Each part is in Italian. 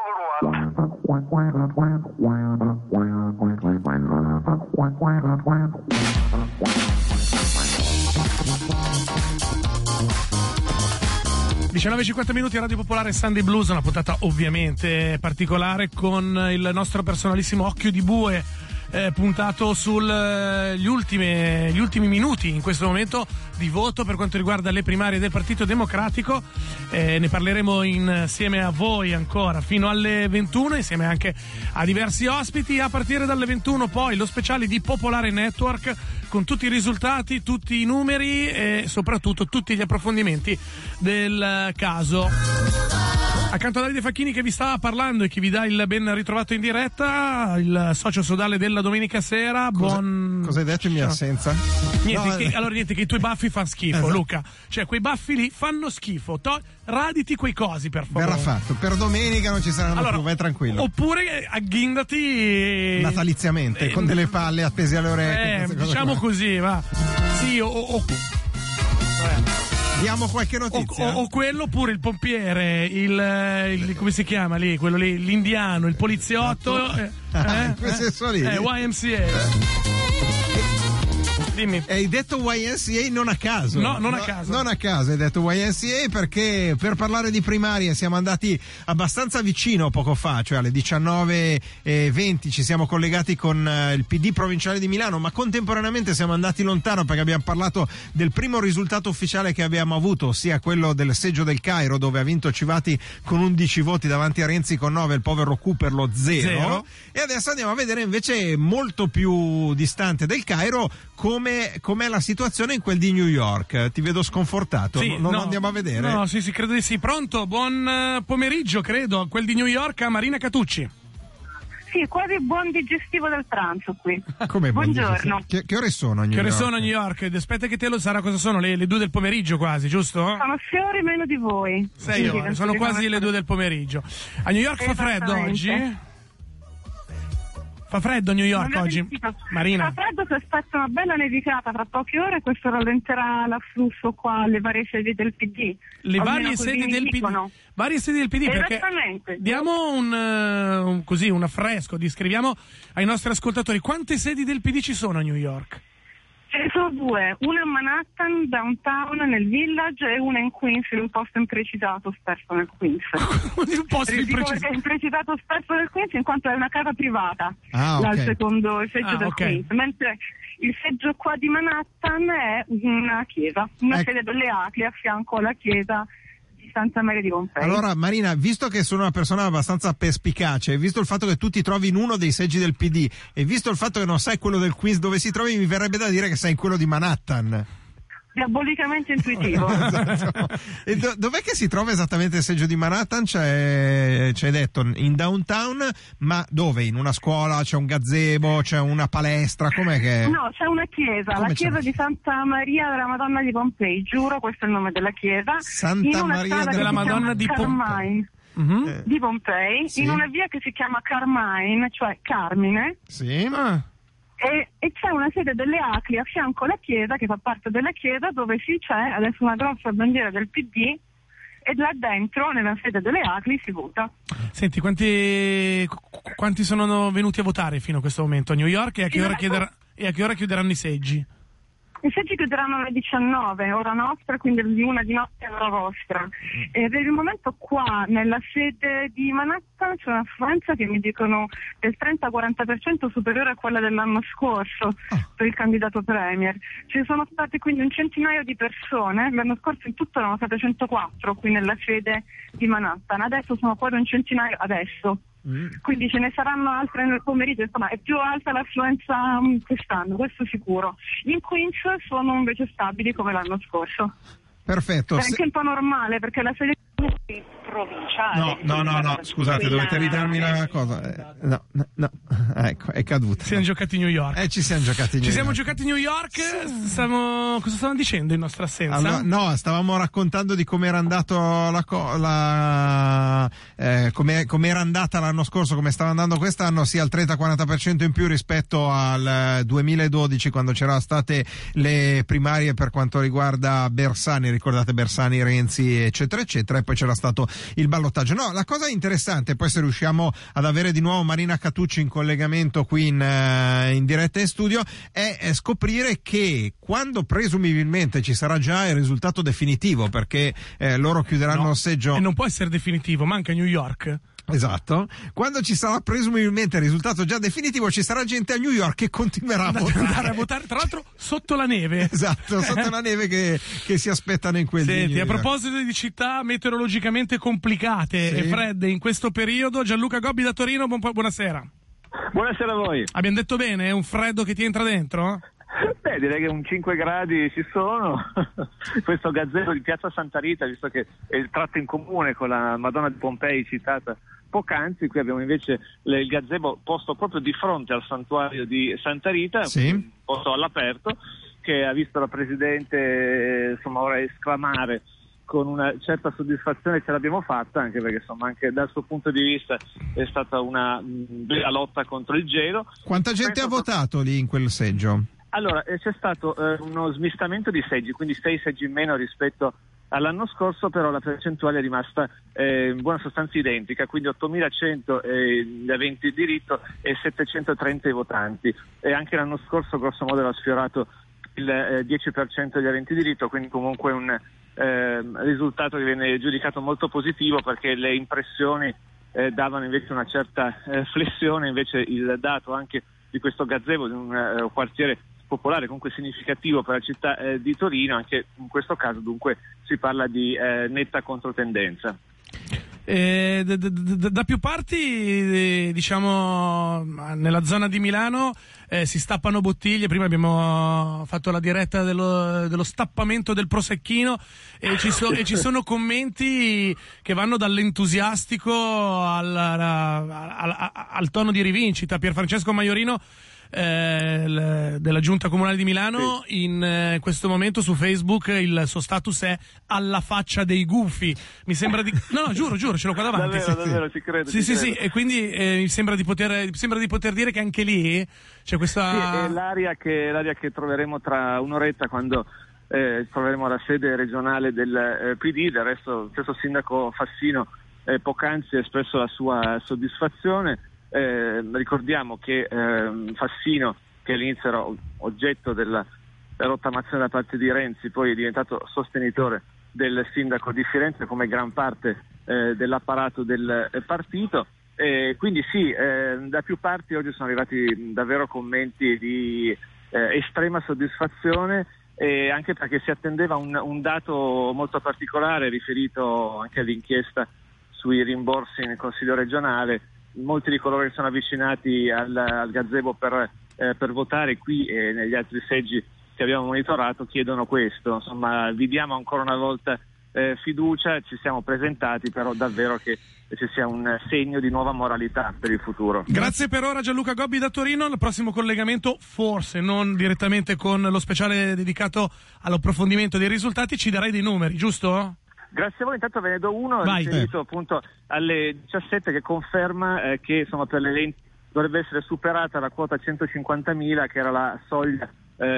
(19:50) Radio Popolare Sunday Blues, una puntata ovviamente particolare con il nostro personalissimo occhio di bue puntato sugli ultimi minuti in questo momento di voto per quanto riguarda le primarie del Partito Democratico. Ne parleremo insieme a voi ancora fino alle 21, insieme anche a diversi ospiti. A partire dalle 21 poi lo speciale di Popolare Network con tutti i risultati, tutti i numeri e soprattutto tutti gli approfondimenti del caso. Accanto a Davide Facchini che vi sta parlando e che vi dà il ben ritrovato in diretta, il socio sodale della domenica sera. Cosa hai detto in mia assenza? Niente, allora niente, che i tuoi baffi fanno schifo, esatto. Luca. Cioè, quei baffi lì fanno schifo. Raditi quei cosi, per favore. Verrà fatto. Per domenica non ci saranno più, vai tranquillo. Oppure agghindati nataliziamente, con delle palle appese alle orecchie. Diciamo così, va. Sì, diamo qualche notizia. O quello, oppure il pompiere, il come si chiama lì? Quello lì, l'indiano, il poliziotto. In quel senso lì. YMCA. Dimmi. Hai detto YMCA non a caso. No, non a caso. Non a caso hai detto YMCA perché per parlare di primarie siamo andati abbastanza vicino poco fa, cioè alle 19:20 ci siamo collegati con il PD provinciale di Milano, ma contemporaneamente siamo andati lontano perché abbiamo parlato del primo risultato ufficiale che abbiamo avuto, ossia quello del seggio del Cairo, dove ha vinto Civati con 11 voti davanti a Renzi con 9, il povero Cooperlo 0. E adesso andiamo a vedere invece molto più distante del Cairo com'è la situazione in quel di New York. Ti vedo sconfortato. Sì, non andiamo a vedere? No, sì, credo di sì. Pronto? Buon pomeriggio, credo. Quel di New York a Marina Catucci. Sì, quasi buon digestivo del pranzo qui. Come buongiorno. Che ore sono a New York? Che ore sono a New York? Aspetta che te lo sarà, cosa sono? Le 2 del pomeriggio quasi, giusto? Sono 6 ore meno di voi. 6 ore, sono quasi le 2 del pomeriggio. A New York fa freddo oggi? Fa freddo a New York oggi? Sentito. Marina? Fa freddo, si aspetta una bella nevicata tra poche ore, questo rallenterà l'afflusso qua alle varie sedi del PD. Le varie sedi del PD? Varie sedi del PD, perché diamo un affresco, descriviamo ai nostri ascoltatori quante sedi del PD ci sono a New York. Ce ne sono 2, una a Manhattan, downtown, nel Village, e una in Queens, in un posto imprecitato, sperso nel Queens. Un posto imprecitato sperso nel Queens in quanto è una casa privata, okay. Il seggio del Queens, mentre il seggio qua di Manhattan è una chiesa, una sede delle Acli a fianco alla chiesa Santa Maria di Pompei. Allora Marina, visto che sono una persona abbastanza perspicace, visto il fatto che tu ti trovi in uno dei seggi del PD e visto il fatto che non sai quello del Queens dove si trovi, mi verrebbe da dire che sei in quello di Manhattan. Diabolicamente intuitivo. Esatto. E dov'è che si trova esattamente il seggio di Manhattan? C'è detto in downtown, ma dove? In una scuola? C'è un gazebo? C'è una palestra? Com'è che? No, c'è una chiesa, la chiesa di Santa Maria della Madonna di Pompei, giuro, questo è il nome della chiesa. Santa Maria della Madonna di Pompei. Mm-hmm. Di Pompei, sì. In una via che si chiama Carmine, cioè Carmine. Sì. E c'è una sede delle Acli a fianco alla chiesa, che fa parte della chiesa, dove c'è adesso una grossa bandiera del PD e là dentro, nella sede delle Acli, si vota. Senti, quanti sono venuti a votare fino a questo momento a New York e a che ora chiuderanno i seggi? I seggi chiuderanno alle 19, ora nostra, quindi di una di notte ora vostra. E per il momento qua, nella sede di Manhattan, c'è un'affluenza che mi dicono del 30-40% superiore a quella dell'anno scorso per il candidato premier. Ci sono state quindi un centinaio di persone, l'anno scorso in tutto erano state 104 qui nella sede di Manhattan, adesso sono quasi un centinaio adesso. Quindi ce ne saranno altre nel pomeriggio, insomma è più alta l'affluenza quest'anno, questo sicuro. In Queens sono invece stabili come l'anno scorso. Perfetto. È anche un po' normale perché la sede provinciale. No, scusate, dovete ridarmi la cosa. No, ecco, è caduta. Ci siamo giocati New York. Ci siamo giocati New York. Cosa stavamo dicendo in nostra assenza? Allora, no, stavamo raccontando di come era andato come era andata l'anno scorso, come stava andando quest'anno, sia il 30-40% in più rispetto al 2012, quando c'erano state le primarie per quanto riguarda Bersani, ricordate Bersani, Renzi, eccetera eccetera, e poi c'era stato il ballottaggio. No, la cosa interessante, poi se riusciamo ad avere di nuovo Marina Catucci in collegamento qui in diretta in studio, è scoprire che quando presumibilmente ci sarà già il risultato definitivo, perché loro chiuderanno il seggio, e non può essere definitivo, manca New York. Esatto, quando ci sarà presumibilmente il risultato già definitivo, ci sarà gente a New York che continuerà a votare, tra l'altro sotto la neve. Esatto, sotto la neve che si aspettano in quel giorno. Senti, a proposito di città meteorologicamente complicate e fredde in questo periodo, Gianluca Gobbi da Torino, buonasera. Buonasera a voi. Abbiamo detto bene? È un freddo che ti entra dentro? Beh, direi che un 5 gradi ci sono. Questo gazebo di Piazza Santa Rita, visto che è il tratto in comune con la Madonna di Pompei citata poc'anzi, qui abbiamo invece il gazebo posto proprio di fronte al santuario di Santa Rita, sì, posto all'aperto, che ha visto la Presidente insomma ora esclamare con una certa soddisfazione ce l'abbiamo fatta, anche perché insomma anche dal suo punto di vista è stata una bella lotta contro il gelo. Quanta gente ha votato lì in quel seggio? Allora, c'è stato uno smistamento di seggi, quindi 6 seggi in meno rispetto all'anno scorso, però la percentuale è rimasta in buona sostanza identica, quindi 8.100 gli aventi diritto e 730 i votanti. E anche l'anno scorso grosso modo era sfiorato il 10% degli aventi diritto, quindi comunque un risultato che viene giudicato molto positivo, perché le impressioni davano invece una certa flessione. Invece il dato anche di questo gazebo, di un quartiere popolare comunque significativo per la città di Torino, anche in questo caso dunque si parla di netta controtendenza. Da più parti, diciamo, nella zona di Milano si stappano bottiglie. Prima abbiamo fatto la diretta dello stappamento del prosecchino e ci sono commenti che vanno dall'entusiastico al tono di rivincita. Pierfrancesco Maiorino della Giunta Comunale di Milano, sì, in questo momento su Facebook il suo status è alla faccia dei gufi. Mi sembra di no, giuro, ce l'ho qua davanti. Davvero, ci credo. Sì, e quindi mi sembra di poter dire che anche lì c'è questa sì, è l'aria che troveremo tra un'oretta quando troveremo la sede regionale del PD. Del resto il stesso sindaco Fassino poc'anzi ha espresso la sua soddisfazione. Ricordiamo che Fassino, che all'inizio era oggetto della rottamazione da parte di Renzi, poi è diventato sostenitore del sindaco di Firenze come gran parte dell'apparato del partito, quindi sì, da più parti oggi sono arrivati davvero commenti di estrema soddisfazione, anche perché si attendeva un dato molto particolare riferito anche all'inchiesta sui rimborsi nel Consiglio regionale. Molti di coloro che sono avvicinati al gazebo per votare qui e negli altri seggi che abbiamo monitorato chiedono questo. Insomma, vi diamo ancora una volta fiducia, ci siamo presentati, però davvero che ci sia un segno di nuova moralità per il futuro. Grazie per ora Gianluca Gobbi da Torino. Al prossimo collegamento, forse non direttamente con lo speciale dedicato all'approfondimento dei risultati, ci darai dei numeri, giusto? Grazie a voi, intanto ve ne do uno riferito appunto alle 17 che conferma che insomma per le lenti dovrebbe essere superata la quota 150.000, che era la soglia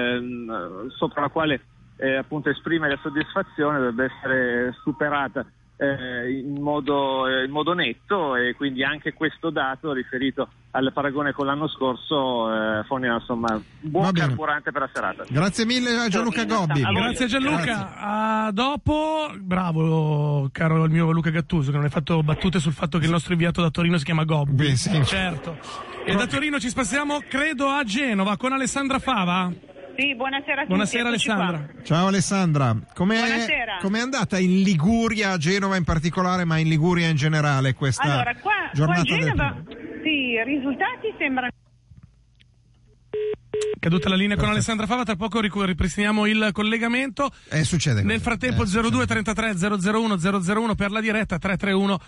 sopra la quale appunto esprimere soddisfazione, dovrebbe essere superata in modo netto, e quindi anche questo dato riferito al paragone con l'anno scorso fornirà insomma un buon carburante per la serata. Grazie mille a Gianluca Gobbi. Grazie Gianluca. Grazie. Dopo, bravo caro il mio Luca Gattuso, che non hai fatto battute sul fatto che il nostro inviato da Torino si chiama Gobbi. Beh, sì. Certo. E da Torino ci spaziamo, credo, a Genova con Alessandra Fava. Sì, buonasera a tutti. Buonasera Alessandra. Ciao Alessandra, com'è andata in Liguria, a Genova in particolare, ma in Liguria in generale questa giornata? Qua a Genova, sì, i risultati sembrano Caduta la linea con Alessandra Fava, tra poco ripristiniamo il collegamento. Succede. Nel frattempo 02 33 001 001 per la diretta, 331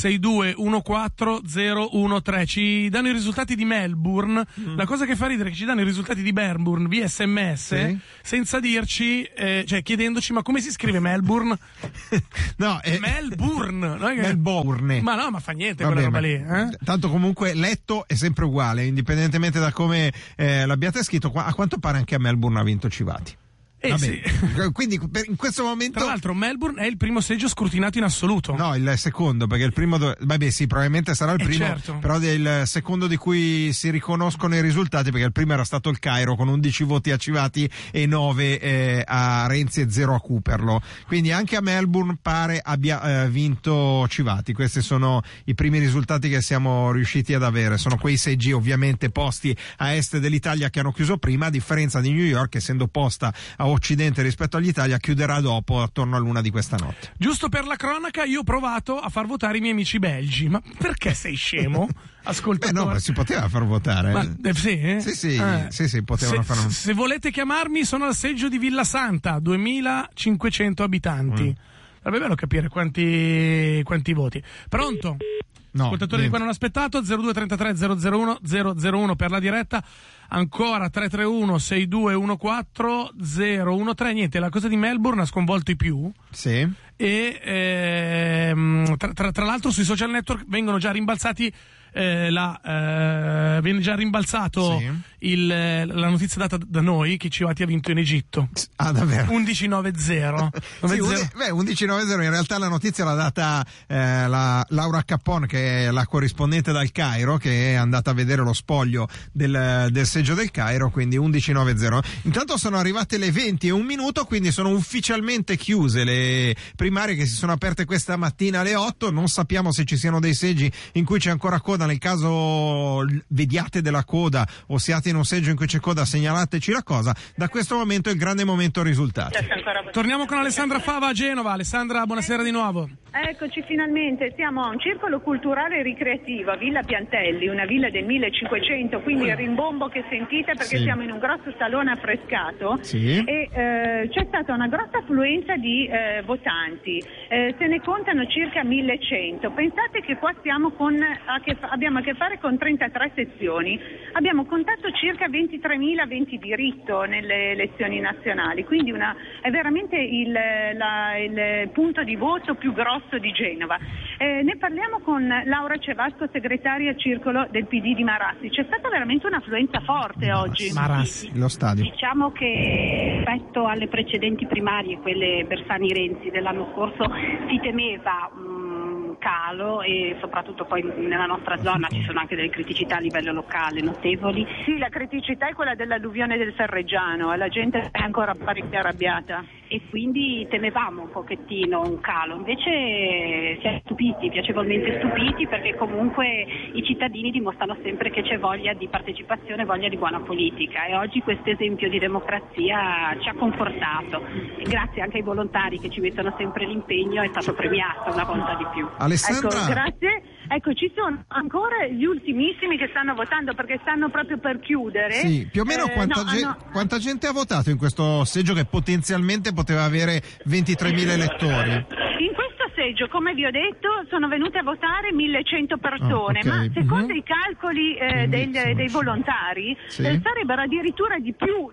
6214 013. Ci danno i risultati di Melbourne. La cosa che fa ridere è che ci danno i risultati di Melbourne via SMS, senza dirci, cioè chiedendoci ma come si scrive Melbourne? No, Melbourne. Melbourne. Ma no, ma fa niente quella roba lì. Tanto comunque letto è sempre uguale, indipendentemente da come l'abbiate scritto. A quanto pare anche a Melbourne ha vinto Civati. Sì. Quindi in questo momento, tra l'altro, Melbourne è il primo seggio scrutinato in assoluto. No, il secondo, perché il primo sì, probabilmente sarà il primo, certo. Però è il secondo di cui si riconoscono i risultati, perché il primo era stato il Cairo con 11 voti a Civati e 9 a Renzi e 0 a Cooperlo. Quindi anche a Melbourne pare abbia vinto Civati. Questi sono i primi risultati che siamo riusciti ad avere. Sono quei seggi ovviamente posti a est dell'Italia che hanno chiuso prima, a differenza di New York, essendo posta a occidente rispetto all'Italia, chiuderà dopo, attorno all'1 di questa notte. Giusto per la cronaca, io ho provato a far votare i miei amici belgi. Ma perché sei scemo? Ascoltatore. No, ma si poteva far votare. Ma, sì? Sì, potevano fare. Se volete chiamarmi, sono al seggio di Villa Santa, 2500 abitanti. Sarebbe bello capire quanti voti. Pronto? No, ascoltatori di qua non aspettato, 02 33 001 001 per la diretta, ancora 331 6214 013. Niente, la cosa di Melbourne ha sconvolto i più. Sì. E tra l'altro sui social network vengono già rimbalzati viene già rimbalzato la notizia data da noi che Civati ha vinto in Egitto. Ah, davvero? 11-9-0. 11-9-0. In realtà la notizia l'ha data la Laura Capon, che è la corrispondente dal Cairo, che è andata a vedere lo spoglio del seggio del Cairo, quindi 11-9-0. Intanto sono arrivate le 20:01, quindi sono ufficialmente chiuse le primarie che si sono aperte questa mattina alle 8. Non sappiamo se ci siano dei seggi in cui c'è ancora coda. Nel caso vediate della coda o siate in un seggio in cui c'è coda, segnalateci la cosa. Da questo momento è il grande momento risultati. Torniamo con Alessandra Fava a Genova. Alessandra, buonasera di nuovo. Eccoci finalmente, siamo a un circolo culturale e ricreativo a Villa Piantelli, una villa del 1500, quindi il rimbombo che sentite perché siamo in un grosso salone affrescato e c'è stata una grossa affluenza di votanti, se ne contano circa 1100. Pensate che qua abbiamo a che fare con 33 sezioni, abbiamo contato circa 23.000 aventi diritto nelle elezioni nazionali, quindi è veramente il punto di voto più grosso di Genova. Ne parliamo con Laura Cevasco, segretaria circolo del PD di Marassi. C'è stata veramente un'affluenza forte oggi. Marassi, lo stadio. Diciamo che rispetto alle precedenti primarie, quelle Bersani-Renzi dell'anno scorso, si temeva calo e soprattutto poi nella nostra zona ci sono anche delle criticità a livello locale notevoli. Sì, la criticità è quella dell'alluvione del Ferreggiano e la gente è ancora parecchio arrabbiata. E quindi temevamo un pochettino un calo, invece siamo stupiti, piacevolmente stupiti, perché comunque i cittadini dimostrano sempre che c'è voglia di partecipazione, voglia di buona politica, e oggi questo esempio di democrazia ci ha confortato, e grazie anche ai volontari che ci mettono sempre l'impegno è stato premiato una volta di più. Alessandra. Ecco, grazie. Ecco, ci sono ancora gli ultimissimi che stanno votando perché stanno proprio per chiudere. Sì, più o meno quanta gente ha votato in questo seggio che potenzialmente poteva avere 23.000 elettori? In questo seggio, come vi ho detto, sono venute a votare 1100 persone, ma secondo i calcoli dei volontari sarebbero addirittura di più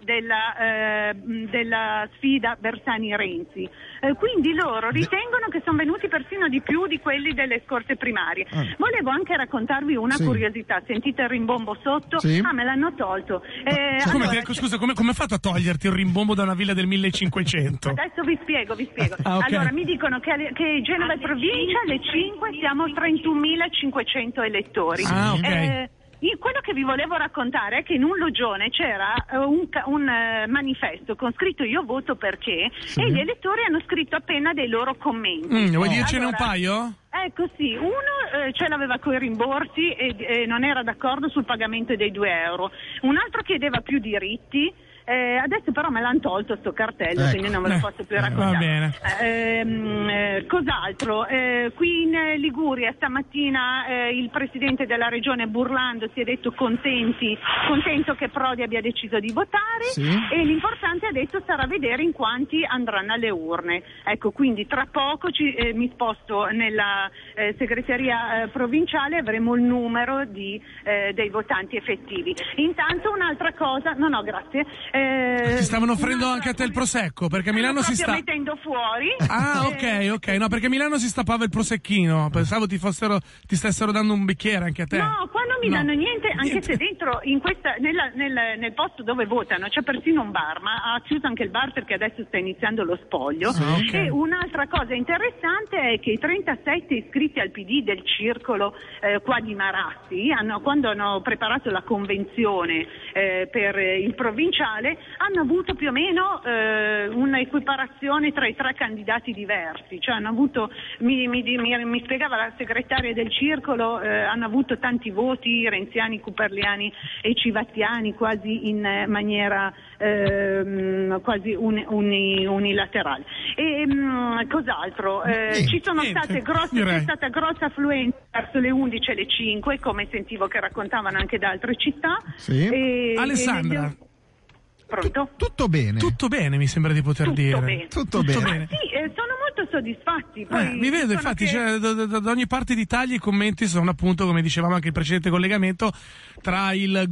della sfida Bersani-Renzi. Quindi loro ritengono che sono venuti persino di più di quelli delle scorse primarie. Volevo anche raccontarvi una curiosità. Sentite il rimbombo sotto? Ah, me l'hanno tolto. Scusa, come hai fatto a toglierti il rimbombo da una villa del 1500? Adesso vi spiego. Allora, mi dicono che Genova e provincia alle 5 siamo 31.500 elettori. Ah, ok. Quello che vi volevo raccontare è che in un loggione c'era un manifesto con scritto "Io voto perché" e gli elettori hanno scritto appena dei loro commenti. Vuoi dircene un paio? Ecco, sì, uno ce l'aveva coi rimborsi e non era d'accordo sul pagamento dei 2 euro, un altro chiedeva più diritti, Adesso però me l'hanno tolto sto cartello, quindi non ve lo posso più raccontare. Va bene. Cos'altro? Qui in Liguria stamattina il presidente della regione Burlando si è detto contento che Prodi abbia deciso di votare, e l'importante adesso sarà vedere in quanti andranno alle urne. Ecco, quindi tra poco mi sposto nella segreteria provinciale, avremo il numero dei votanti effettivi. Intanto un'altra cosa, grazie. Ti stavano offrendo anche a te il prosecco, perché a Milano si sta mettendo fuori. Ah, ok, no, perché a Milano si stappava il prosecchino, pensavo ti stessero dando un bicchiere anche a te. No, qua non mi danno niente, anche se dentro nel posto dove votano c'è persino un bar, ma ha chiuso anche il bar perché adesso sta iniziando lo spoglio. E un'altra cosa interessante è che i 37 iscritti al PD del circolo qua di Marassi, quando hanno preparato la convenzione per il provinciale, hanno avuto più o meno un'equiparazione tra i tre candidati diversi, cioè hanno avuto, mi spiegava la segretaria del circolo, hanno avuto tanti voti renziani, cuperliani e civattiani quasi in maniera quasi unilaterale. E cos'altro? C'è stata grossa affluenza verso le 11 e le 5, come sentivo che raccontavano anche da altre città. Alessandra, pronto? Tutto bene? Tutto bene, mi sembra di poter dire. Tutto bene. Sì, sono molto soddisfatti. Poi mi vedo, infatti, da ogni parte d'Italia i commenti sono appunto, come dicevamo anche il precedente collegamento, tra il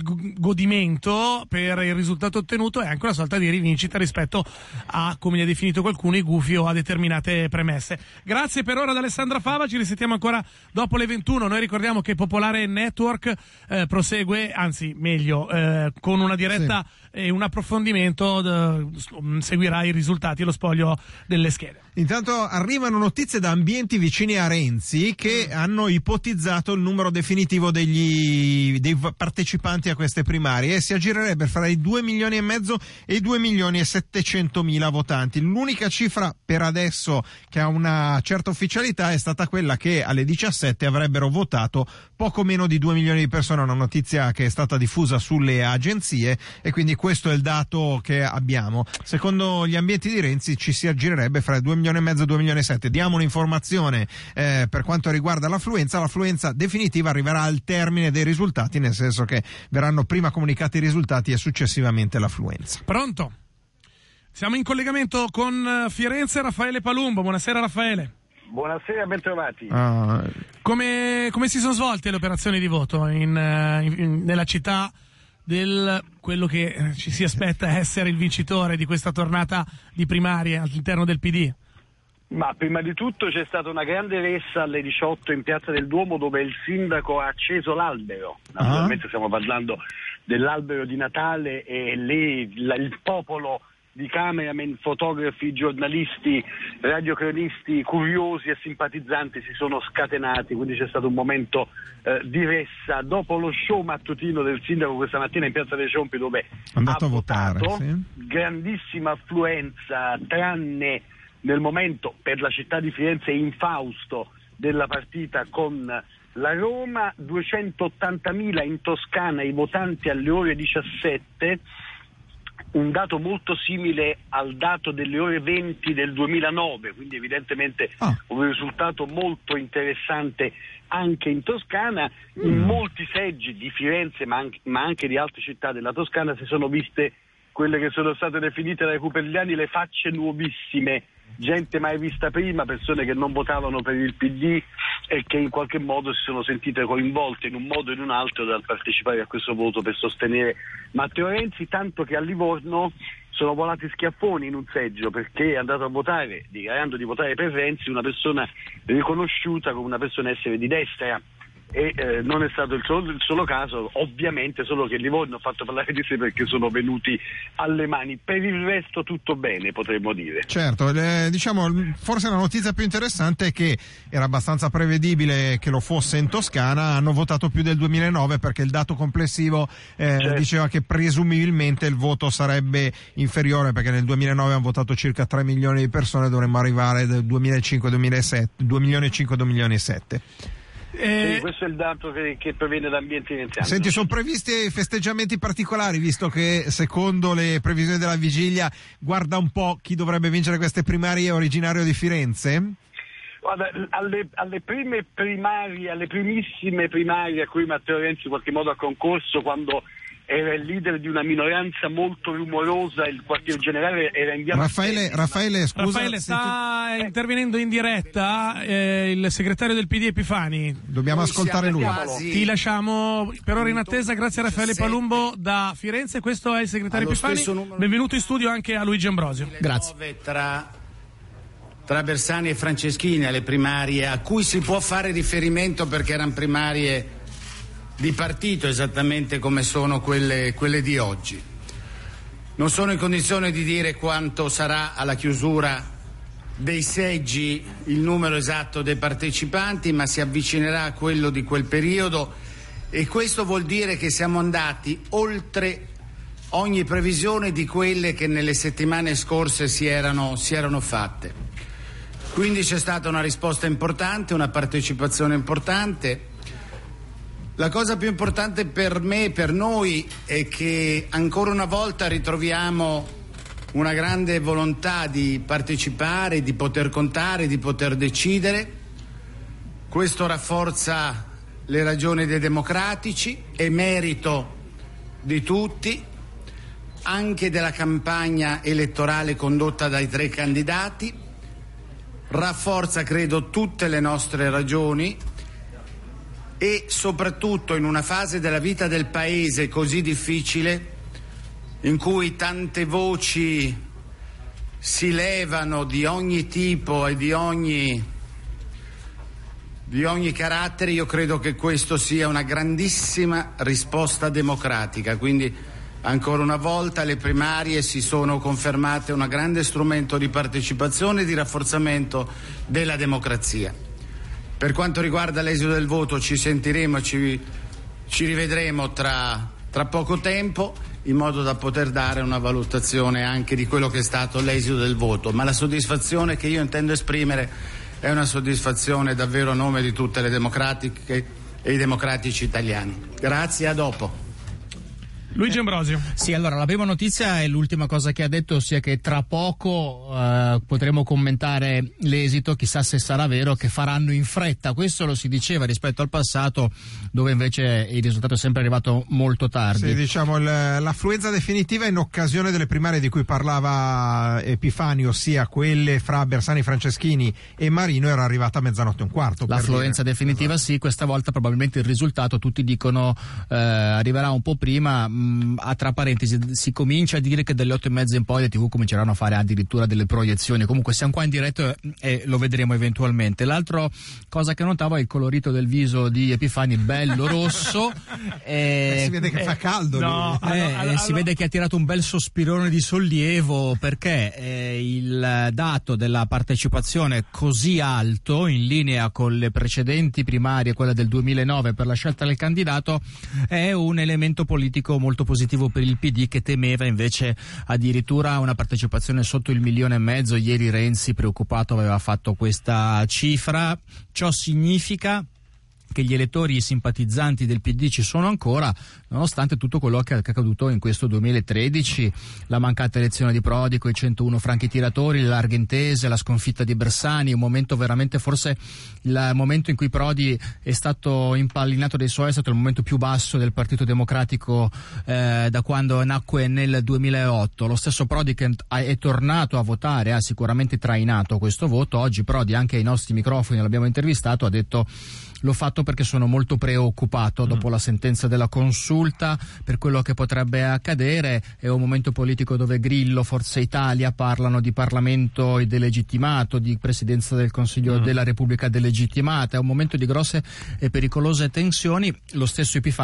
godimento per il risultato ottenuto e anche una sorta di rivincita rispetto a, come li ha definito qualcuno, i gufi o a determinate premesse. Grazie per ora ad Alessandra Fava, ci risentiamo ancora dopo le 21. Noi ricordiamo che Popolare Network prosegue, anzi meglio, con una diretta e un approfondimento, seguirà i risultati e lo spoglio delle schede. Intanto arrivano notizie da ambienti vicini a Renzi che hanno ipotizzato il numero definitivo dei partecipanti a queste primarie, e si aggirerebbe fra i 2 milioni e mezzo e i 2 milioni e 700 mila votanti. L'unica cifra per adesso che ha una certa ufficialità è stata quella che alle 17 avrebbero votato poco meno di 2 milioni di persone, una notizia che è stata diffusa sulle agenzie, e quindi questo è il dato che abbiamo. Secondo gli ambienti di Renzi ci si aggirerebbe fra i 2 milioni e mezzo e 2 milioni e 7. Diamo un'informazione per quanto riguarda l'affluenza definitiva arriverà al termine dei risultati, nel senso che verranno prima comunicati i risultati e successivamente l'affluenza. Pronto? Siamo in collegamento con Firenze, Raffaele Palumbo. Buonasera Raffaele. Buonasera, ben trovati. Come si sono svolte le operazioni di voto nella città quello che ci si aspetta essere il vincitore di questa tornata di primarie all'interno del PD? Ma prima di tutto c'è stata una grande ressa alle 18 in Piazza del Duomo, dove il sindaco ha acceso l'albero. Naturalmente stiamo parlando dell'albero di Natale, e lì il popolo di cameraman, fotografi, giornalisti, radiocronisti, curiosi e simpatizzanti si sono scatenati, quindi c'è stato un momento di ressa dopo lo show mattutino del sindaco questa mattina in Piazza dei Ciompi, dove è andato a votare, grandissima affluenza, tranne nel momento per la città di Firenze infausto della partita con la Roma, 280.000 in Toscana i votanti alle ore 17, un dato molto simile al dato delle ore 20 del 2009, quindi evidentemente un risultato molto interessante anche in Toscana. In molti seggi di Firenze ma anche di altre città della Toscana si sono viste quelle che sono state definite dai cuperliani le facce nuovissime, gente mai vista prima, persone che non votavano per il PD e che in qualche modo si sono sentite coinvolte in un modo o in un altro dal partecipare a questo voto per sostenere Matteo Renzi, tanto che a Livorno sono volati schiaffoni in un seggio, perché è andato a votare, dichiarando di votare per Renzi, una persona riconosciuta come una persona essere di destra. E non è stato il solo caso, ovviamente, solo che Livorno ha fatto parlare di sé perché sono venuti alle mani. Per il resto tutto bene, potremmo dire. Certo, diciamo forse la notizia più interessante è che era abbastanza prevedibile che lo fosse in Toscana. Hanno votato più del 2009 perché il dato complessivo diceva che presumibilmente il voto sarebbe inferiore, perché nel 2009 hanno votato circa 3 milioni di persone, dovremmo arrivare nel 2005-2007, 2 milioni e 5, 2 milioni e 7. Sì, questo è il dato che proviene da ambienti iniziali. Senti, sono previsti festeggiamenti particolari, visto che secondo le previsioni della vigilia guarda un po' chi dovrebbe vincere queste primarie, originario di Firenze? Guarda, alle primissime primarie a cui Matteo Renzi in qualche modo ha concorso, quando era il leader di una minoranza molto rumorosa, il quartier generale era in via Raffaele, scusa. Raffaele, sta intervenendo in diretta il segretario del PD Epifani. Dobbiamo ascoltare lui. Ti lasciamo per ora in attesa, grazie a Raffaele Palumbo da Firenze. Questo è il segretario Epifani. Benvenuto in studio anche a Luigi Ambrosio. Grazie. Tra Bersani e Franceschini alle primarie, a cui si può fare riferimento perché erano primarie di partito, esattamente come sono quelle di oggi. Non sono in condizione di dire quanto sarà alla chiusura dei seggi il numero esatto dei partecipanti, ma si avvicinerà a quello di quel periodo, e questo vuol dire che siamo andati oltre ogni previsione di quelle che nelle settimane scorse si erano fatte. Quindi c'è stata una risposta importante, una partecipazione importante. La cosa più importante per me, per noi, è che ancora una volta ritroviamo una grande volontà di partecipare, di poter contare, di poter decidere. Questo rafforza le ragioni dei democratici, è merito di tutti, anche della campagna elettorale condotta dai 3 candidati, rafforza, credo, tutte le nostre ragioni, e soprattutto in una fase della vita del Paese così difficile, in cui tante voci si levano di ogni tipo e di ogni carattere, io credo che questo sia una grandissima risposta democratica. Quindi ancora una volta le primarie si sono confermate un grande strumento di partecipazione e di rafforzamento della democrazia. Per quanto riguarda l'esito del voto, ci sentiremo e ci rivedremo tra poco tempo, in modo da poter dare una valutazione anche di quello che è stato l'esito del voto. Ma la soddisfazione che io intendo esprimere è una soddisfazione davvero a nome di tutte le democratiche e i democratici italiani. Grazie, a dopo. Luigi Ambrosio. Sì, allora la prima notizia è l'ultima cosa che ha detto, ossia che tra poco potremo commentare l'esito, chissà se sarà vero che faranno in fretta. Questo lo si diceva rispetto al passato, dove invece il risultato è sempre arrivato molto tardi. Sì, diciamo l'affluenza definitiva in occasione delle primarie di cui parlava Epifani, ossia quelle fra Bersani, Franceschini e Marino, era arrivata a 00:15. L'affluenza definitiva, esatto. Sì, questa volta probabilmente il risultato, tutti dicono arriverà un po' prima. Tra parentesi, si comincia a dire che dalle 8:30 in poi le TV cominceranno a fare addirittura delle proiezioni. Comunque siamo qua in diretta e lo vedremo eventualmente. L'altra cosa che notavo è il colorito del viso di Epifani, bello rosso. Si vede che fa caldo. No, si vede che ha tirato un bel sospirone di sollievo, perché il dato della partecipazione così alto, in linea con le precedenti primarie, quella del 2009 per la scelta del candidato, è un elemento politico molto positivo per il PD, che temeva invece addirittura una partecipazione sotto il 1,5 milioni. Ieri Renzi, preoccupato, aveva fatto questa cifra. Ciò significa che gli elettori simpatizzanti del PD ci sono ancora, nonostante tutto quello che è accaduto in questo 2013, la mancata elezione di Prodi con i 101 franchi tiratori, le larghe intese, la sconfitta di Bersani, un momento veramente, forse il momento in cui Prodi è stato impallinato dai suoi, è stato il momento più basso del Partito Democratico da quando nacque nel 2008. Lo stesso Prodi che è tornato a votare ha sicuramente trainato questo voto. Oggi Prodi, anche ai nostri microfoni, l'abbiamo intervistato, ha detto: l'ho fatto perché sono molto preoccupato dopo la sentenza della Consulta per quello che potrebbe accadere. È un momento politico dove Grillo, Forza Italia parlano di Parlamento delegittimato, di Presidenza del Consiglio della Repubblica delegittimata. È un momento di grosse e pericolose tensioni. Lo stesso Epifani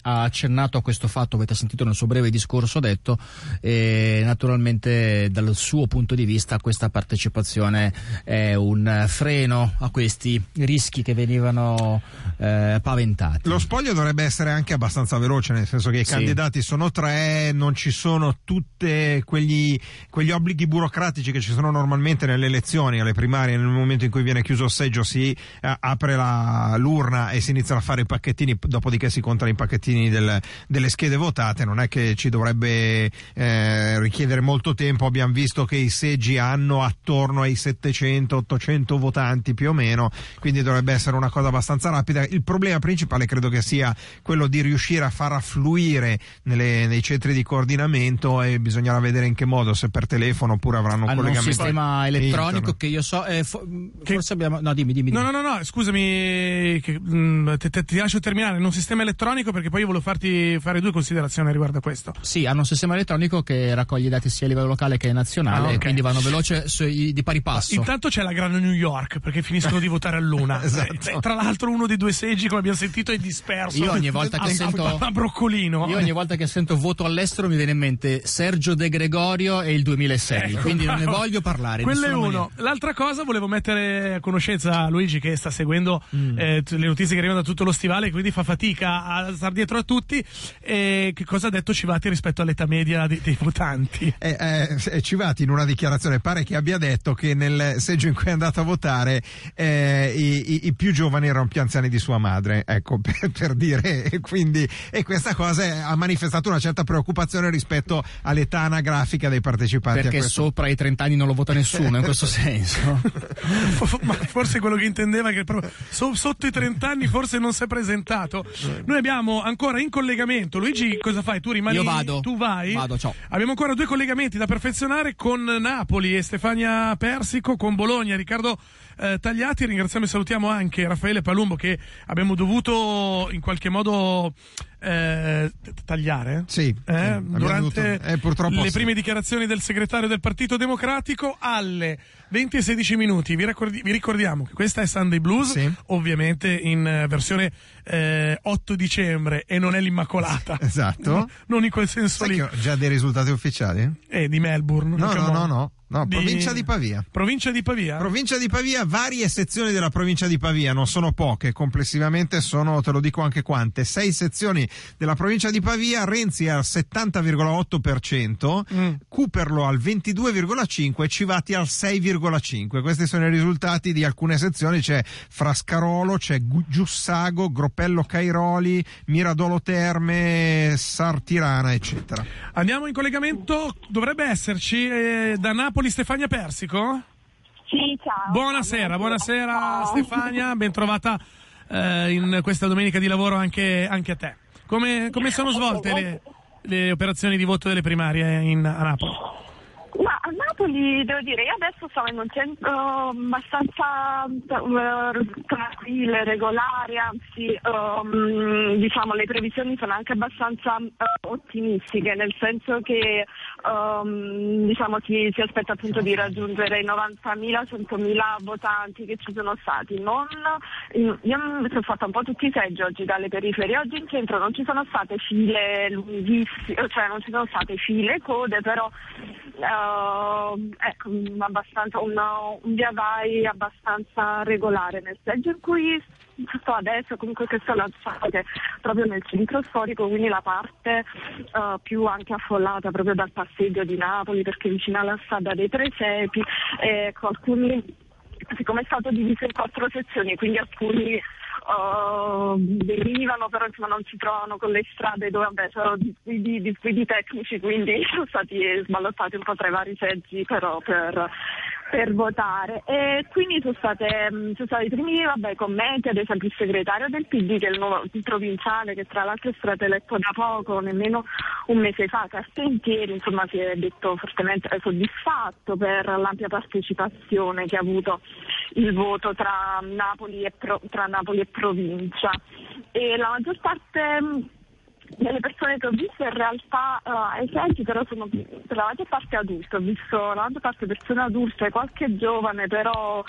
ha accennato a questo fatto, avete sentito nel suo breve discorso detto, e naturalmente dal suo punto di vista questa partecipazione è un freno a questi rischi che venivano paventati. Lo spoglio dovrebbe essere anche abbastanza veloce, nel senso che i candidati sono 3, non ci sono tutte quegli obblighi burocratici che ci sono normalmente nelle elezioni, alle primarie. Nel momento in cui viene chiuso il seggio si apre l'urna e si iniziano a fare i pacchettini, dopodiché si contano i pacchettini delle schede votate. Non è che ci dovrebbe richiedere molto tempo, abbiamo visto che i seggi hanno attorno ai 700-800 votanti più o meno, quindi dovrebbe essere una cosa abbastanza rapida. Il problema principale credo che sia quello di riuscire a far affluire nei centri di coordinamento, e bisognerà vedere in che modo, se per telefono oppure avranno un collegamento. Un sistema elettronico che io so, forse abbiamo... No, dimmi. No, scusami, ti lascio terminare. Un sistema elettronico, perché poi io volevo farti fare 2 considerazioni riguardo a questo. Sì, hanno un sistema elettronico che raccoglie i dati sia a livello locale che nazionale, e quindi vanno veloce di pari passo. Intanto c'è la grande New York, perché finiscono di votare all'una. Esatto. Tra l'altro uno dei 2 seggi, come abbiamo sentito, è disperso. Io ogni volta che sento a Broccolino. Io ogni volta che sento voto all'estero mi viene in mente Sergio De Gregorio e il 2006, quindi non ne voglio parlare. Quello è uno. L'altra cosa, volevo mettere a conoscenza Luigi, che sta seguendo le notizie che arrivano da tutto lo stivale, quindi fa fatica a star dietro a tutti. Che cosa ha detto Civati rispetto all'età media dei votanti? Civati in una dichiarazione pare che abbia detto che nel seggio in cui è andato a votare i più giovani erano più anziani di sua madre, ecco, per dire, e questa cosa ha manifestato una certa preoccupazione rispetto all'età anagrafica dei partecipanti. Perché sopra i 30 anni non lo vota nessuno, in questo senso. Ma forse quello che intendeva è che proprio sotto i 30 anni forse non si è presentato. Noi abbiamo ancora in collegamento, Luigi, cosa fai? Tu rimani? Io vado. Tu vai? Vado, ciao. Abbiamo ancora 2 collegamenti da perfezionare con Napoli e Stefania Persico, con Bologna, Riccardo Tagliati. Ringraziamo e salutiamo anche Raffaele Palumbo, che abbiamo dovuto in qualche modo tagliare durante purtroppo le prime dichiarazioni del segretario del Partito Democratico alle 20:16. Vi ricordiamo che questa è Sunday Blues, ovviamente in versione 8 dicembre, e non è l'Immacolata. Esatto. Non in quel senso. Sai lì. che ho già dei risultati ufficiali? Di Melbourne. No, provincia di Pavia. Provincia di Pavia? Provincia di Pavia, varie sezioni della provincia di Pavia, non sono poche, complessivamente sono, te lo dico anche quante, 6 sezioni della provincia di Pavia. Renzi al 70,8%, Cooperlo al 22,5% e Civati al 6,5%. Questi sono i risultati di alcune sezioni, c'è Frascarolo, c'è Giussago, Gropello Cairoli, Miradolo Terme, Sartirana, eccetera. Andiamo in collegamento, dovrebbe esserci da Napoli Stefania Persico? Sì, ciao. Buonasera Stefania, ben trovata in questa domenica di lavoro anche a te. Come sono svolte le operazioni di voto delle primarie a Napoli? Ma a Napoli, devo dire, io adesso stavo in un centro abbastanza tranquillo, regolare, anzi diciamo le previsioni sono anche abbastanza ottimistiche, nel senso che diciamo si aspetta appunto di raggiungere i 90.000-100.000 votanti che ci sono stati. Io mi sono fatta un po' tutti i seggi oggi dalle periferie. Oggi in centro non ci sono state file lunghissime, cioè non ci sono state file, code, però ecco, abbastanza un via vai abbastanza regolare. Nel seggio in cui sto adesso, comunque questa è la parte proprio nel centro storico, quindi la parte più anche affollata proprio dal passeggio di Napoli, perché vicino alla strada dei Presepi, alcuni, siccome è stato diviso in 4 sezioni, quindi alcuni derivano, però insomma non si trovano con le strade dove sono disguidi tecnici, quindi sono stati sballottati un po' tra i vari seggi, però per votare. E quindi sono stati i primi commenti, ad esempio il segretario del PD, che è il nuovo provinciale, che tra l'altro è stato eletto da poco, nemmeno un mese fa, Carpentieri, insomma si è detto fortemente soddisfatto per l'ampia partecipazione che ha avuto il voto tra Napoli e provincia, e la maggior parte delle persone che ho visto in realtà ai seggi però sono per la maggior parte adulte, ho visto la maggior parte persone adulte, qualche giovane, però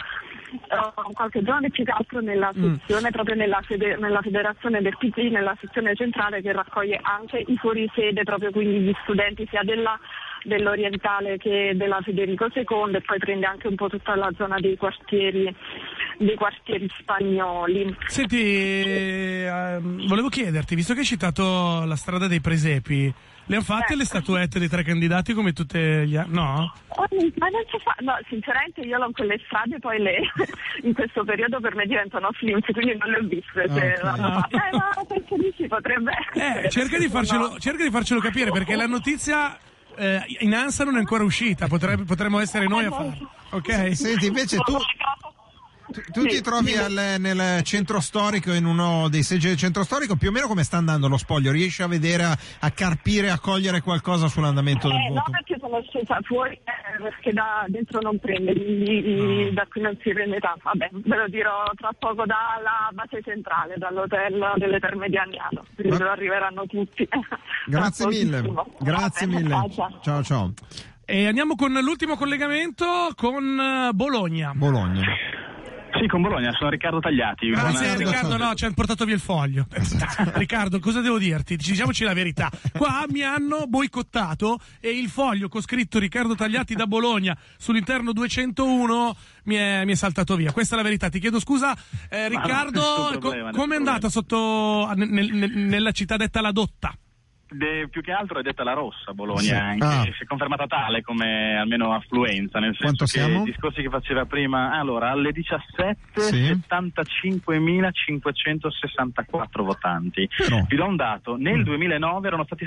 qualche giorno più che altro nella sezione, proprio nella federazione del PD, nella sezione centrale, che raccoglie anche i fuorisede, proprio quindi gli studenti sia dell'Orientale che della Federico II, e poi prende anche un po' tutta la zona dei quartieri spagnoli. Senti, volevo chiederti, visto che hai citato la strada dei presepi, le hanno fatte le statuette dei 3 candidati come tutte gli anni? No? Ma non si fa, no, sinceramente io ho quelle strade, poi in questo periodo per me diventano films, quindi non le ho viste. Ma penso di sì, potrebbe essere. Cerca di farcelo capire, perché la notizia in ANSA non è ancora uscita, potremmo essere noi a farlo. Ok? Senti, invece tu ti trovi nel centro storico, in uno dei seggi del centro storico, più o meno come sta andando lo spoglio? Riesci a vedere, a carpire, a cogliere qualcosa sull'andamento del voto? No, perché sono scesa fuori, perché da dentro non prende, quindi da qui non si prende tanto. Vabbè, ve lo dirò tra poco dalla base centrale, dall'hotel delle Terme di Agnano, quindi arriveranno tutti. Grazie mille. Ciao. E andiamo con l'ultimo collegamento con Bologna. Sì, con Bologna, sono Riccardo Tagliati. Grazie Riccardo, no, ci hanno portato via il foglio. Riccardo, cosa devo dirti? Diciamoci la verità. Qua mi hanno boicottato e il foglio con scritto Riccardo Tagliati da Bologna sull'interno 201 mi è saltato via. Questa è la verità. Ti chiedo scusa, Riccardo, come è andata nella città detta La Dotta? Più che altro è detta La Rossa Bologna, anche si è confermata tale come almeno affluenza, nel senso che i discorsi che faceva prima, allora alle 17 75.564 votanti. Vi do un dato, nel 2009 erano stati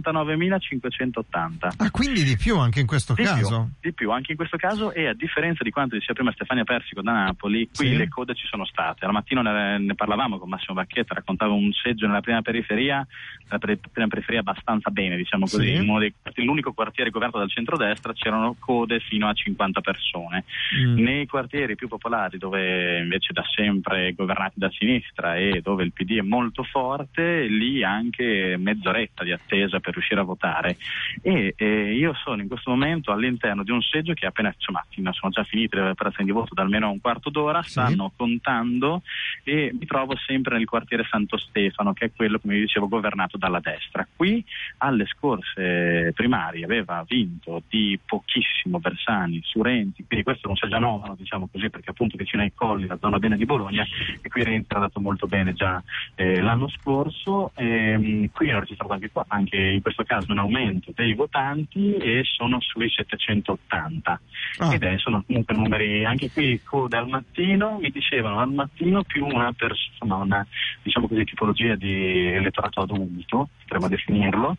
69.580. Quindi di più anche in questo caso? Di più anche in questo caso, e a differenza di quanto diceva prima Stefania Persico da Napoli, qui le code ci sono state. Al mattino ne parlavamo con Massimo Bacchetta, raccontava un seggio nella prima periferia abbastanza bene, diciamo così, l'unico quartiere governato dal centrodestra, c'erano code fino a 50 persone. Nei quartieri più popolari, dove invece da sempre governati da sinistra e dove il PD è molto forte, lì anche mezz'oretta di attesa per riuscire a votare. E io sono in questo momento all'interno di un seggio che appena, sono già finite le operazioni di voto da almeno un quarto d'ora, stanno contando, e mi trovo sempre nel quartiere Santo Stefano, che è quello, come vi dicevo, governato dalla destra. Qui alle scorse primarie aveva vinto di pochissimo Bersani su Renzi, quindi questo non c'è già nuovo, diciamo così, perché appunto vicino ai Colli, la zona bene di Bologna, e qui Renzi ha dato molto bene già l'anno scorso. Qui ho registrato anche in questo caso un aumento dei votanti e sono sui 780 ed sono comunque numeri, anche qui code al mattino, mi dicevano al mattino, più una diciamo così tipologia di elettorato adulto, potremmo definirlo,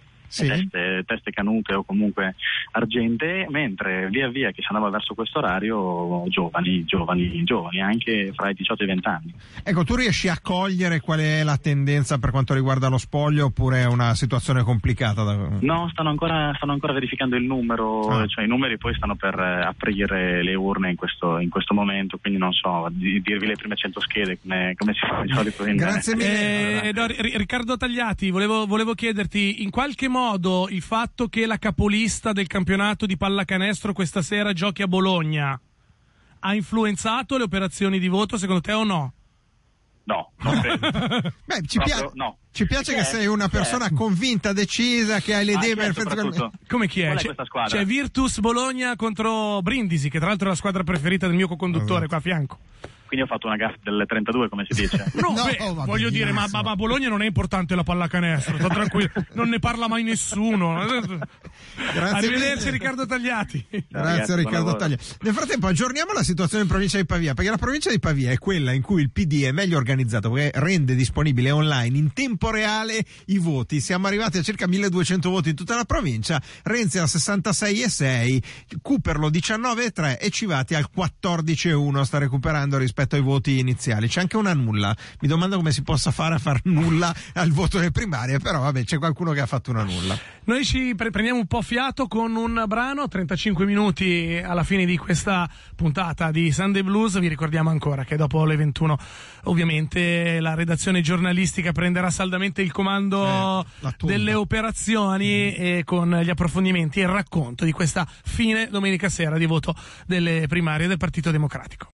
teste canute o comunque argentee, mentre via via che si andava verso questo orario giovani, anche fra i 18 e i 20 anni. Ecco, tu riesci a cogliere qual è la tendenza per quanto riguarda lo spoglio, oppure è una situazione complicata? No, stanno ancora verificando il numero, cioè i numeri poi stanno per aprire le urne in questo momento, quindi non so dirvi le prime 100 schede come si fa di solito. Grazie mille. Riccardo Tagliati, volevo chiederti, in qualche modo il fatto che la capolista del campionato di pallacanestro questa sera giochi a Bologna ha influenzato le operazioni di voto, secondo te, o no? No, non credo. Beh, ci piace che sei una persona convinta, decisa, che hai le idee perfette. Come chi è? Questa squadra? C'è Virtus Bologna contro Brindisi, che tra l'altro è la squadra preferita del mio co-conduttore qua a fianco. Quindi ho fatto una gaffa del 32, come si dice. Voglio dire, ma Bologna non è importante la pallacanestro, sto tranquillo, non ne parla mai nessuno. Arrivederci Riccardo Tagliati. Grazie Riccardo Tagliati. Nel frattempo aggiorniamo la situazione in provincia di Pavia, perché la provincia di Pavia è quella in cui il PD è meglio organizzato, perché rende disponibile online in tempo reale i voti. Siamo arrivati a circa 1200 voti in tutta la provincia, Renzi al 66,6, Cooperlo 19,3 e Civati al 14,1, sta recuperando rispetto rispetto ai voti iniziali. C'è anche una nulla. Mi domando come si possa fare a far nulla al voto delle primarie, però vabbè, c'è qualcuno che ha fatto una nulla. Noi ci prendiamo un po' fiato con un brano, 35 minuti alla fine di questa puntata di Sunday Blues. Vi ricordiamo ancora che dopo le 21 ovviamente la redazione giornalistica prenderà saldamente il comando delle operazioni e con gli approfondimenti e il racconto di questa fine domenica sera di voto delle primarie del Partito Democratico.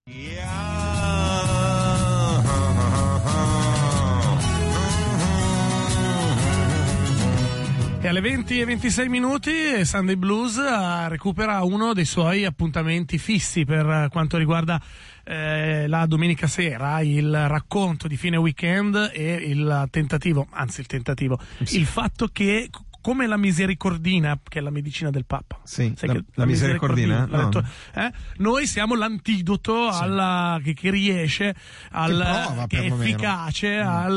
E alle 20:26 minuti Sunday Blues recupera uno dei suoi appuntamenti fissi per quanto riguarda la domenica sera, il racconto di fine weekend e il fatto che, come la misericordina, che è la medicina del Papa. Sì, la misericordina. No. Noi siamo l'antidoto che riesce, che è efficace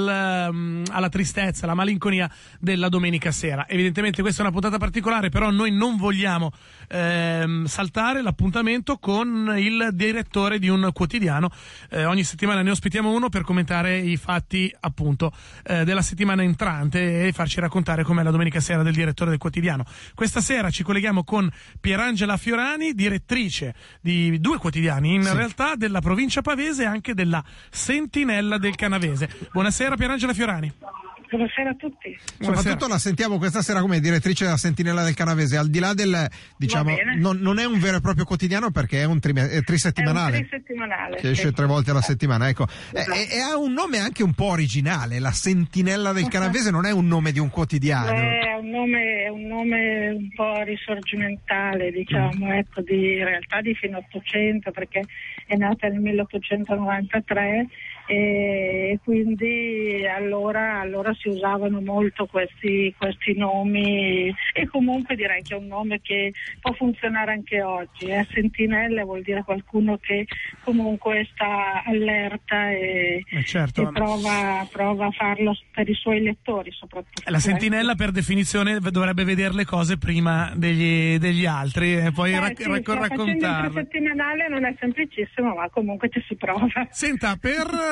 alla tristezza, alla malinconia della domenica sera. Evidentemente questa è una puntata particolare, però noi non vogliamo saltare l'appuntamento con il direttore di un quotidiano. Ogni settimana ne ospitiamo uno per commentare i fatti appunto della settimana entrante e farci raccontare com'è la domenica sera del direttore del quotidiano. Questa sera ci colleghiamo con Pierangela Fiorani, direttrice di 2 quotidiani, in realtà della provincia pavese e anche della Sentinella del Canavese. Buonasera Pierangela Fiorani. Buonasera a tutti. Soprattutto la sentiamo questa sera come direttrice della Sentinella del Canavese, al di là del, diciamo, non è un vero e proprio quotidiano perché è un trisettimanale. È un trisettimanale. Che esce 3 volte alla settimana, ecco. E ha un nome anche un po' originale, la Sentinella del Canavese non è un nome di un quotidiano. È un nome un po' risorgimentale, diciamo, ecco, in realtà di fine Ottocento, perché è nata nel 1893 e quindi allora si usavano molto questi nomi, e comunque direi che è un nome che può funzionare anche oggi. Sentinella vuol dire qualcuno che comunque sta allerta e prova a farlo per i suoi lettori soprattutto. La sentinella per definizione dovrebbe vedere le cose prima degli altri e poi raccontarle. Il settimanale non è semplicissimo, ma comunque ci si prova. Senta, per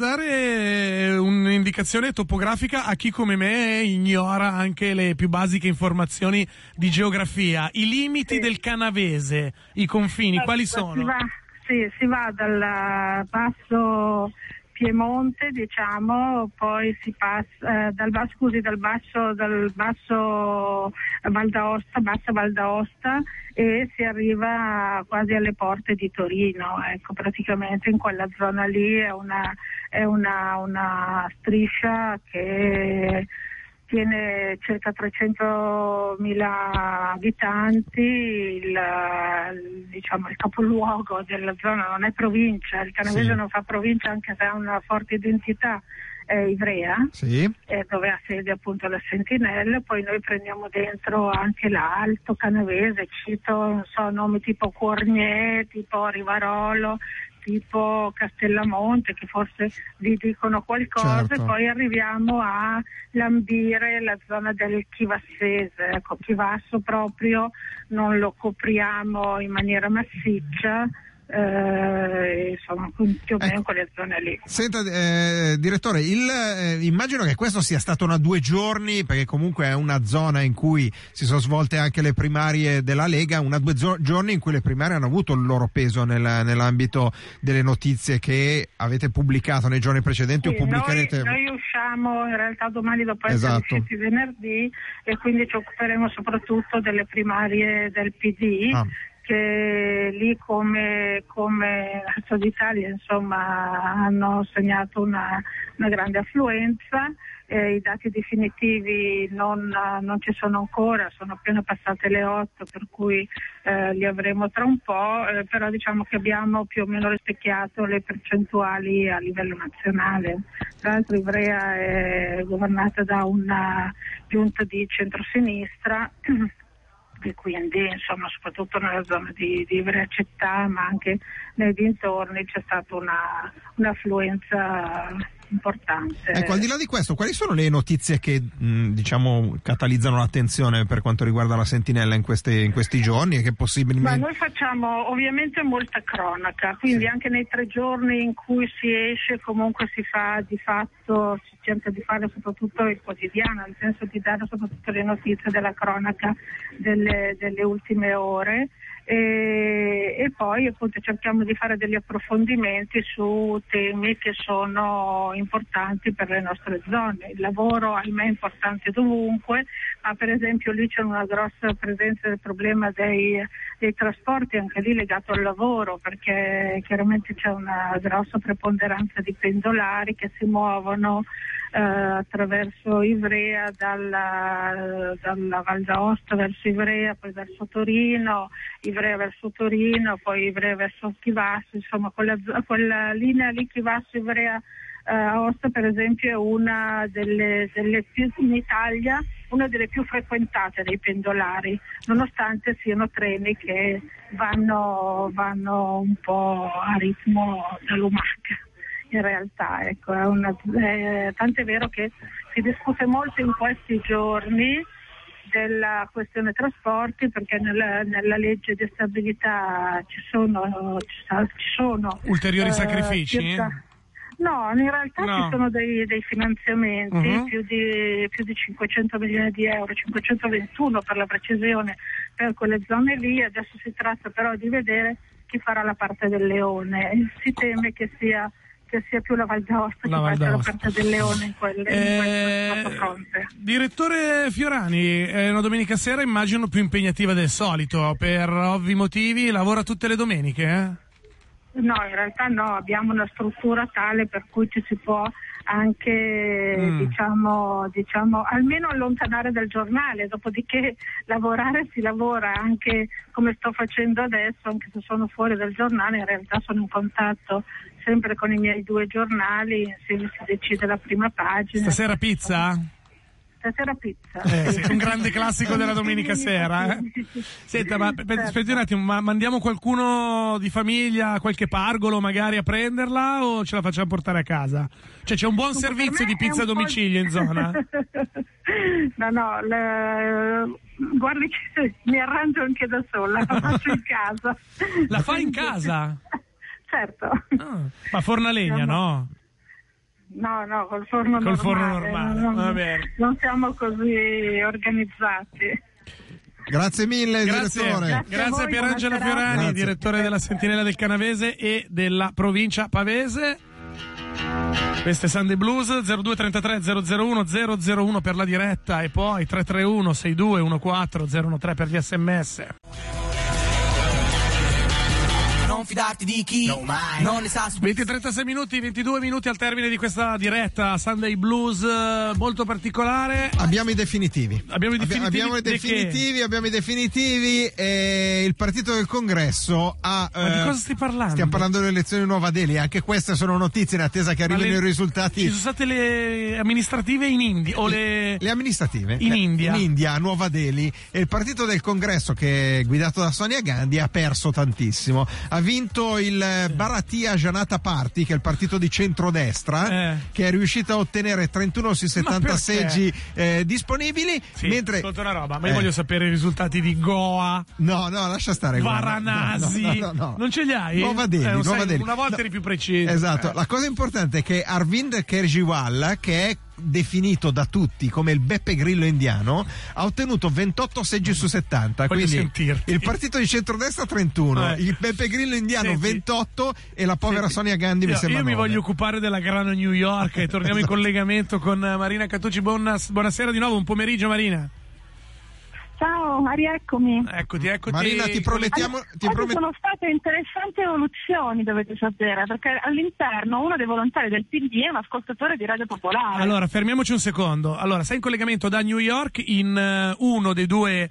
dare un'indicazione topografica a chi come me ignora anche le più basiche informazioni di geografia, i limiti del Canavese, i confini, quali sono? Si va dal basso Piemonte, diciamo, poi si passa dal basso Val d'Aosta, bassa Val d'Aosta, e si arriva quasi alle porte di Torino, ecco, praticamente in quella zona lì è una striscia che tiene circa 300.000 abitanti, il capoluogo della zona non è provincia, il Canavese non fa provincia anche se ha una forte identità ivrea, dove ha sede appunto la Sentinella. Poi noi prendiamo dentro anche l'Alto Canavese, cito nomi tipo Cornier, tipo Rivarolo, tipo Castellamonte, che forse vi dicono qualcosa, e poi arriviamo a lambire la zona del Chivassese. Ecco, Chivasso proprio non lo copriamo in maniera massiccia, insomma più o meno quelle zone lì. Senta, direttore, immagino che questo sia stato una 2 giorni, perché comunque è una zona in cui si sono svolte anche le primarie della Lega, una 2 giorni in cui le primarie hanno avuto il loro peso nell'ambito delle notizie che avete pubblicato nei giorni precedenti o pubblicherete. Noi usciamo in realtà domani, dopo essere usciti venerdì, e quindi ci occuperemo soprattutto delle primarie del PD, che lì come il Resto d'Italia insomma hanno segnato una grande affluenza. I dati definitivi non ci sono ancora, sono appena passate le 8, per cui li avremo tra un po', però diciamo che abbiamo più o meno rispecchiato le percentuali a livello nazionale. Tra l'altro Ivrea è governata da una giunta di centrosinistra, e quindi insomma soprattutto nella zona di Ivrea città, ma anche nei dintorni c'è stata un'affluenza importante. Ecco, al di là di questo, quali sono le notizie che diciamo catalizzano l'attenzione per quanto riguarda la Sentinella in questi giorni e che possibilmente... Ma noi facciamo ovviamente molta cronaca, quindi anche nei 3 giorni in cui si esce comunque si fa di fatto, si cerca di fare soprattutto il quotidiano, nel senso di dare soprattutto le notizie della cronaca delle ultime ore. E poi appunto cerchiamo di fare degli approfondimenti su temi che sono importanti per le nostre zone. Il lavoro ahimè è importante dovunque, ma per esempio lì c'è una grossa presenza del problema dei trasporti, anche lì legato al lavoro, perché chiaramente c'è una grossa preponderanza di pendolari che si muovono attraverso Ivrea dalla Val d'Aosta verso Ivrea, poi verso Torino, Ivrea verso Torino, poi Ivrea verso Chivasso, insomma quella linea lì Chivasso Ivrea Aosta per esempio è una delle più in Italia, una delle più frequentate dai pendolari, nonostante siano treni che vanno un po' a ritmo da lumaca. In realtà, ecco, tant'è vero che si discute molto in questi giorni della questione trasporti, perché nella legge di stabilità ci sono ulteriori sacrifici? No, in realtà ci sono dei finanziamenti, più di 500 milioni di euro, 521 per la precisione, per quelle zone lì. Adesso si tratta però di vedere chi farà la parte del leone. Si teme che sia più la Val d'Aosta che faccia la parte del leone in questo fronte. Direttore Fiorani, è una domenica sera immagino più impegnativa del solito, per ovvi motivi, lavora tutte le domeniche, No, in realtà no, abbiamo una struttura tale per cui ci si può anche diciamo almeno allontanare dal giornale, dopodiché lavorare si lavora anche come sto facendo adesso, anche se sono fuori dal giornale, in realtà sono in contatto sempre con i miei 2 giornali, insieme si decide la prima pagina. Stasera pizza? Stasera pizza. Sì, un grande classico della domenica sera. Senta, ma aspetti un attimo, ma mandiamo qualcuno di famiglia, qualche pargolo magari a prenderla o ce la facciamo portare a casa? Cioè c'è un buon servizio di pizza a domicilio in zona? Guardi che mi arrangio anche da sola, la faccio in casa. La fa in casa? Certo. Ma forno a legna, no? No, col forno normale. Va bene. Non siamo così organizzati. Grazie mille, direttore. Grazie a Pierangela Fiorani, direttore della Sentinella del Canavese e della provincia pavese. Questo è Sunday Blues. 0233 001 001 per la diretta e poi 331 6214 013 per gli SMS. Non fidarti di chi non ne sa. 36 minuti, 22 minuti al termine di questa diretta Sunday Blues molto particolare. Abbiamo i definitivi. Abbiamo i definitivi e il partito del Congresso ha... Ma di cosa stai parlando? Stiamo parlando delle elezioni di Nuova Delhi, anche queste sono notizie in attesa che arrivino i risultati. Ci sono state le amministrative in India o le amministrative in India. In India, a Nuova Delhi, e il partito del Congresso, che è guidato da Sonia Gandhi, ha perso tantissimo. Ha vinto il Bharatiya Janata Party, che è il partito di centrodestra, che è riuscito a ottenere 31 sui 70 seggi disponibili. Sì, mentre una roba, ma io voglio sapere i risultati di Goa. No, lascia stare. Varanasi. No. Non ce li hai? Nuova Delhi. Una volta eri più preciso. Esatto. La cosa importante è che Arvind Kejriwal, che è definito da tutti come il Beppe Grillo indiano, ha ottenuto 28 seggi su 70. Voglio quindi sentirti. Il partito di centrodestra 31, il Beppe Grillo indiano 28 e la povera Sonia Gandhi mi sembra 9. Io mi voglio occupare della grana New York e torniamo in collegamento con Marina Catucci. Buonasera di nuovo, un pomeriggio Marina. Ciao, rieccomi. Eccoti. Marina, ti promettiamo. Sono state interessanti evoluzioni, dovete sapere, perché all'interno uno dei volontari del PD è un ascoltatore di Radio Popolare. Allora, fermiamoci un secondo. Allora, sei in collegamento da New York in uno dei due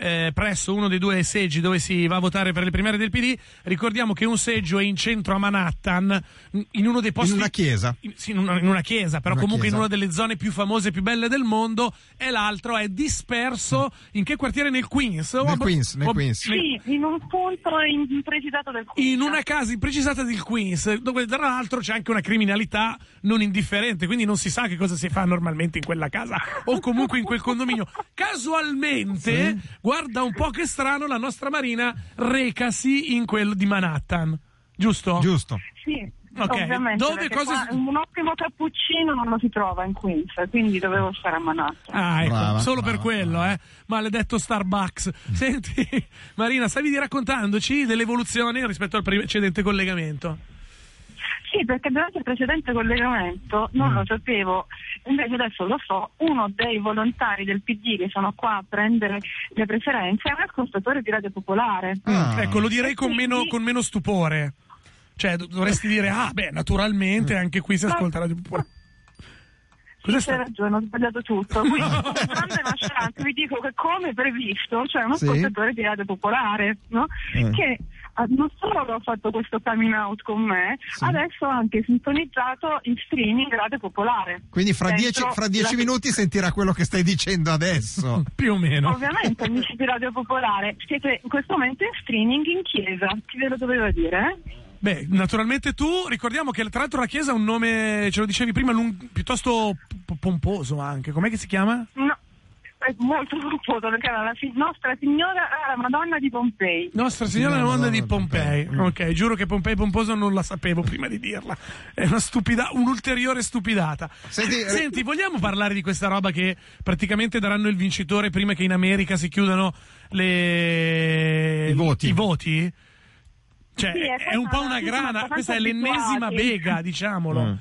presso uno dei due seggi dove si va a votare per le primarie del PD. Ricordiamo che un seggio è in centro a Manhattan, in uno dei posti, in una chiesa, in una chiesa, però comunque in una delle zone più famose e più belle del mondo, e l'altro è disperso in che quartiere? Nel Queens? Nel Queens. Sì, in un punto imprecisato del Queens. In una casa imprecisata del Queens, dove tra l'altro c'è anche una criminalità non indifferente, quindi non si sa che cosa si fa normalmente in quella casa o comunque in quel condominio. Casualmente, guarda un po' che strano, la nostra Marina recasi in quello di Manhattan, giusto? Giusto. Sì, okay. Ovviamente. Dove cosa... un ottimo cappuccino non lo si trova in Queens, quindi dovevo stare a Manhattan. Ah, ecco, brava, solo per quello, maledetto Starbucks. Senti, Marina, stavi raccontandoci dell'evoluzione rispetto al precedente collegamento? Sì, perché durante il precedente collegamento non lo sapevo, invece adesso lo so. Uno dei volontari del PD che sono qua a prendere le preferenze è un ascoltatore di Radio Popolare. Ecco, lo direi con meno stupore. Cioè, dovresti dire, naturalmente anche qui si ascolta Radio Popolare. C'hai ragione, ho sbagliato tutto. Quindi, con grande nonchalance vi dico che, come previsto, c'è un ascoltatore di Radio Popolare, no? Che non solo ha fatto questo coming out con me, adesso ha anche sintonizzato in streaming Radio Popolare. Quindi fra 10 minuti sentirà quello che stai dicendo adesso. Più o meno. Ovviamente, amici di Radio Popolare, siete in questo momento in streaming in chiesa. Chi ve lo doveva dire, Beh, naturalmente tu, ricordiamo che tra l'altro la chiesa ha un nome, ce lo dicevi prima, piuttosto pomposo anche. Com'è che si chiama? No, è molto pomposo, perché era Nostra Signora la Madonna di Pompei. Nostra Signora la Madonna di Pompei. Ok, giuro che Pompei pomposo non la sapevo prima di dirla. È un'ulteriore stupidata. Senti, vogliamo parlare di questa roba che praticamente daranno il vincitore prima che in America si chiudano i voti? Cioè, sì, è un po' una grana, questa è l'ennesima bega, diciamolo.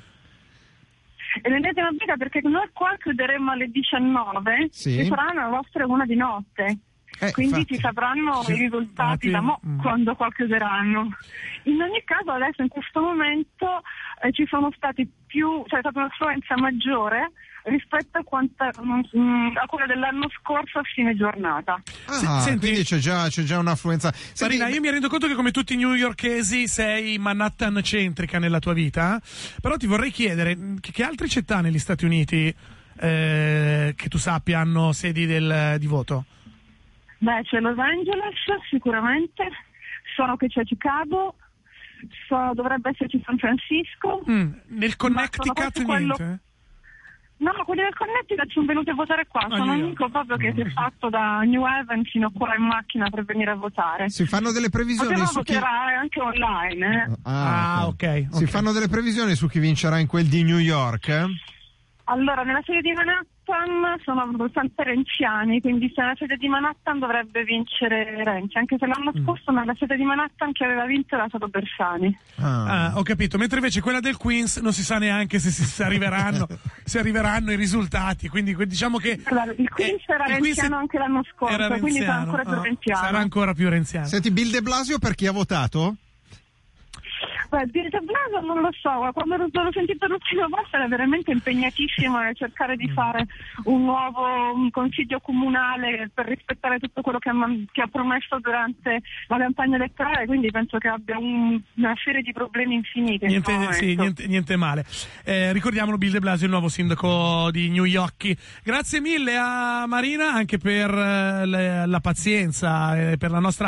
È l'ennesima bega, perché noi qua chiuderemo alle 19 e saranno alle vostre 1 di notte. Quindi infatti, si sapranno i risultati quando qua chiuderanno. In ogni caso adesso in questo momento ci sono stati c'è stata un'affluenza maggiore rispetto a quella dell'anno scorso a fine giornata. Senti, quindi c'è già un'affluenza. Marina, io mi rendo conto che come tutti i newyorkesi sei Manhattan centrica nella tua vita, però ti vorrei chiedere che altre città negli Stati Uniti che tu sappia hanno sedi di voto? Beh, c'è Los Angeles sicuramente, so che c'è Chicago, dovrebbe esserci San Francisco. Nel Connecticut niente? No, quelli del Connecticut sono venuti a votare qua. Sono un amico proprio che si è fatto da New Haven fino qua in macchina per venire a votare. Si fanno delle previsioni su chi... voterà anche online. Ok. Si fanno delle previsioni su chi vincerà in quel di New York? Allora, nella sede di Manhattan sono abbastanza renziani, quindi se nella sede di Manhattan dovrebbe vincere Renzi, anche se l'anno scorso nella sede di Manhattan che aveva vinto era stato Bersani. Ho capito, mentre invece quella del Queens non si sa neanche se arriveranno i risultati, quindi diciamo che il Queens era renziano anche l'anno scorso, quindi sarà ancora più renziano. Sarà ancora più renziano. Senti, Bill de Blasio per chi ha votato? Beh, Bill de Blasio non lo so, quando l'ho sentito l'ultima volta era veramente impegnatissimo a cercare di fare un nuovo consiglio comunale per rispettare tutto quello che ha promesso durante la campagna elettorale, quindi penso che abbia una serie di problemi infiniti. Niente male. Ricordiamolo, Bill de Blasio, il nuovo sindaco di New York. Grazie mille a Marina anche per la pazienza, per la nostra...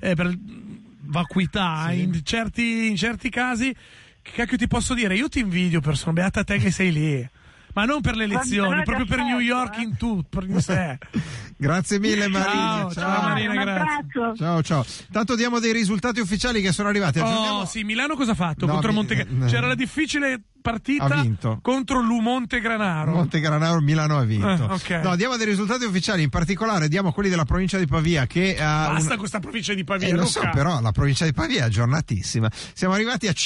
vacuità in certi casi. Che cacchio ti posso dire? Io ti invidio, beata te che sei lì, ma non per le elezioni, proprio per New York in tutto, in sé. Grazie mille Marina. Ciao Marina, grazie. Ciao. Tanto diamo dei risultati ufficiali che sono arrivati. Sì, Milano cosa ha fatto? Contro c'era la difficile partita contro Montegranaro. Montegranaro, Milano ha vinto. Okay. No, diamo dei risultati ufficiali, in particolare diamo quelli della provincia di Pavia che basta questa provincia di Pavia. Lo so, però la provincia di Pavia è aggiornatissima. Siamo arrivati a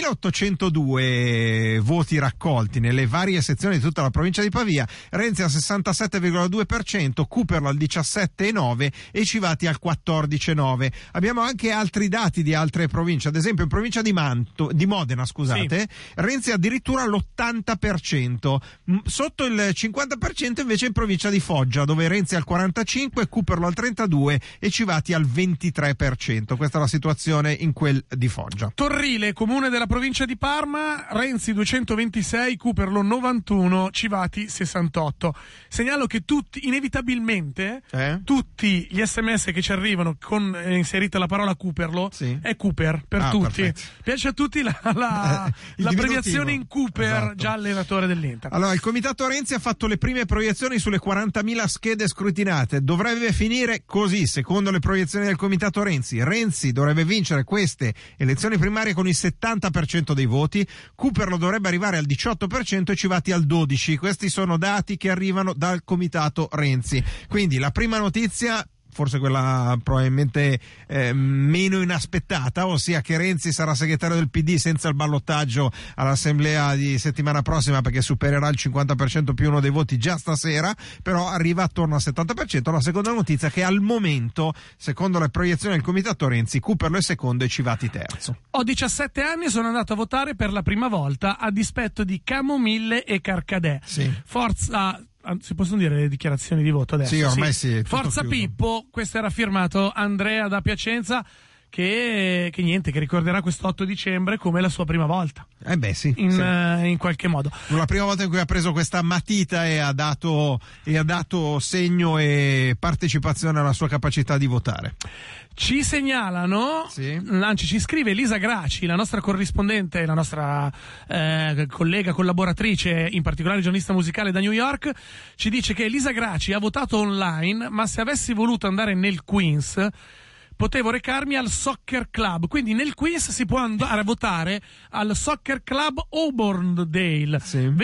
5.802 voti raccolti nelle varie sezioni di tutta la provincia di Pavia. Renzi al 67,2%, Cooperlo al 17,9% e Civati al 14,9%. Abbiamo anche altri dati di altre province, ad esempio in provincia di Modena, Renzi ha addirittura l'80%. Sotto il 50% invece in provincia di Foggia, dove Renzi al 45%, Cooperlo al 32% e Civati al 23%. Questa è la situazione in quel di Foggia. Torrile, comune della provincia di Parma, Renzi 226, Cooperlo 91, Civati 68. Segnalo che inevitabilmente tutti gli SMS che ci arrivano con inserita la parola Cooperlo è Cooper per tutti. Perfetto. Piace a tutti l'abbreviazione in Cooper, esatto. Già allenatore dell'Inter. Allora, il comitato Renzi ha fatto le prime proiezioni sulle 40.000 schede scrutinate. Dovrebbe finire così, secondo le proiezioni del comitato Renzi. Renzi dovrebbe vincere queste elezioni primarie con il 70% dei voti, Cooperlo dovrebbe arrivare al 18% e Civati al 12%. Questi sono dati che arrivano dal comitato Renzi. Quindi la prima notizia, forse quella probabilmente meno inaspettata, ossia che Renzi sarà segretario del PD senza il ballottaggio all'assemblea di settimana prossima, perché supererà il 50% più uno dei voti già stasera, però arriva attorno al 70%. La seconda notizia è che al momento, secondo le proiezioni del comitato Renzi, Cooperlo è secondo e Civati terzo. Ho 17 anni e sono andato a votare per la prima volta a dispetto di Camomille e Carcadè. Sì. Forza... Si possono dire le dichiarazioni di voto adesso? Sì, ormai sì. Forza chiuso. Pippo, questo era firmato Andrea da Piacenza, che ricorderà questo 8 dicembre come la sua prima volta. Sì. In qualche modo. La prima volta in cui ha preso questa matita e ha dato segno e partecipazione alla sua capacità di votare. Ci segnalano, anzi ci scrive Elisa Graci, la nostra corrispondente, la nostra collega collaboratrice, in particolare giornalista musicale da New York, ci dice che Elisa Graci ha votato online, ma se avessi voluto andare nel Queens potevo recarmi al Soccer Club, quindi nel Queens si può andare a votare al Soccer Club Auburndale,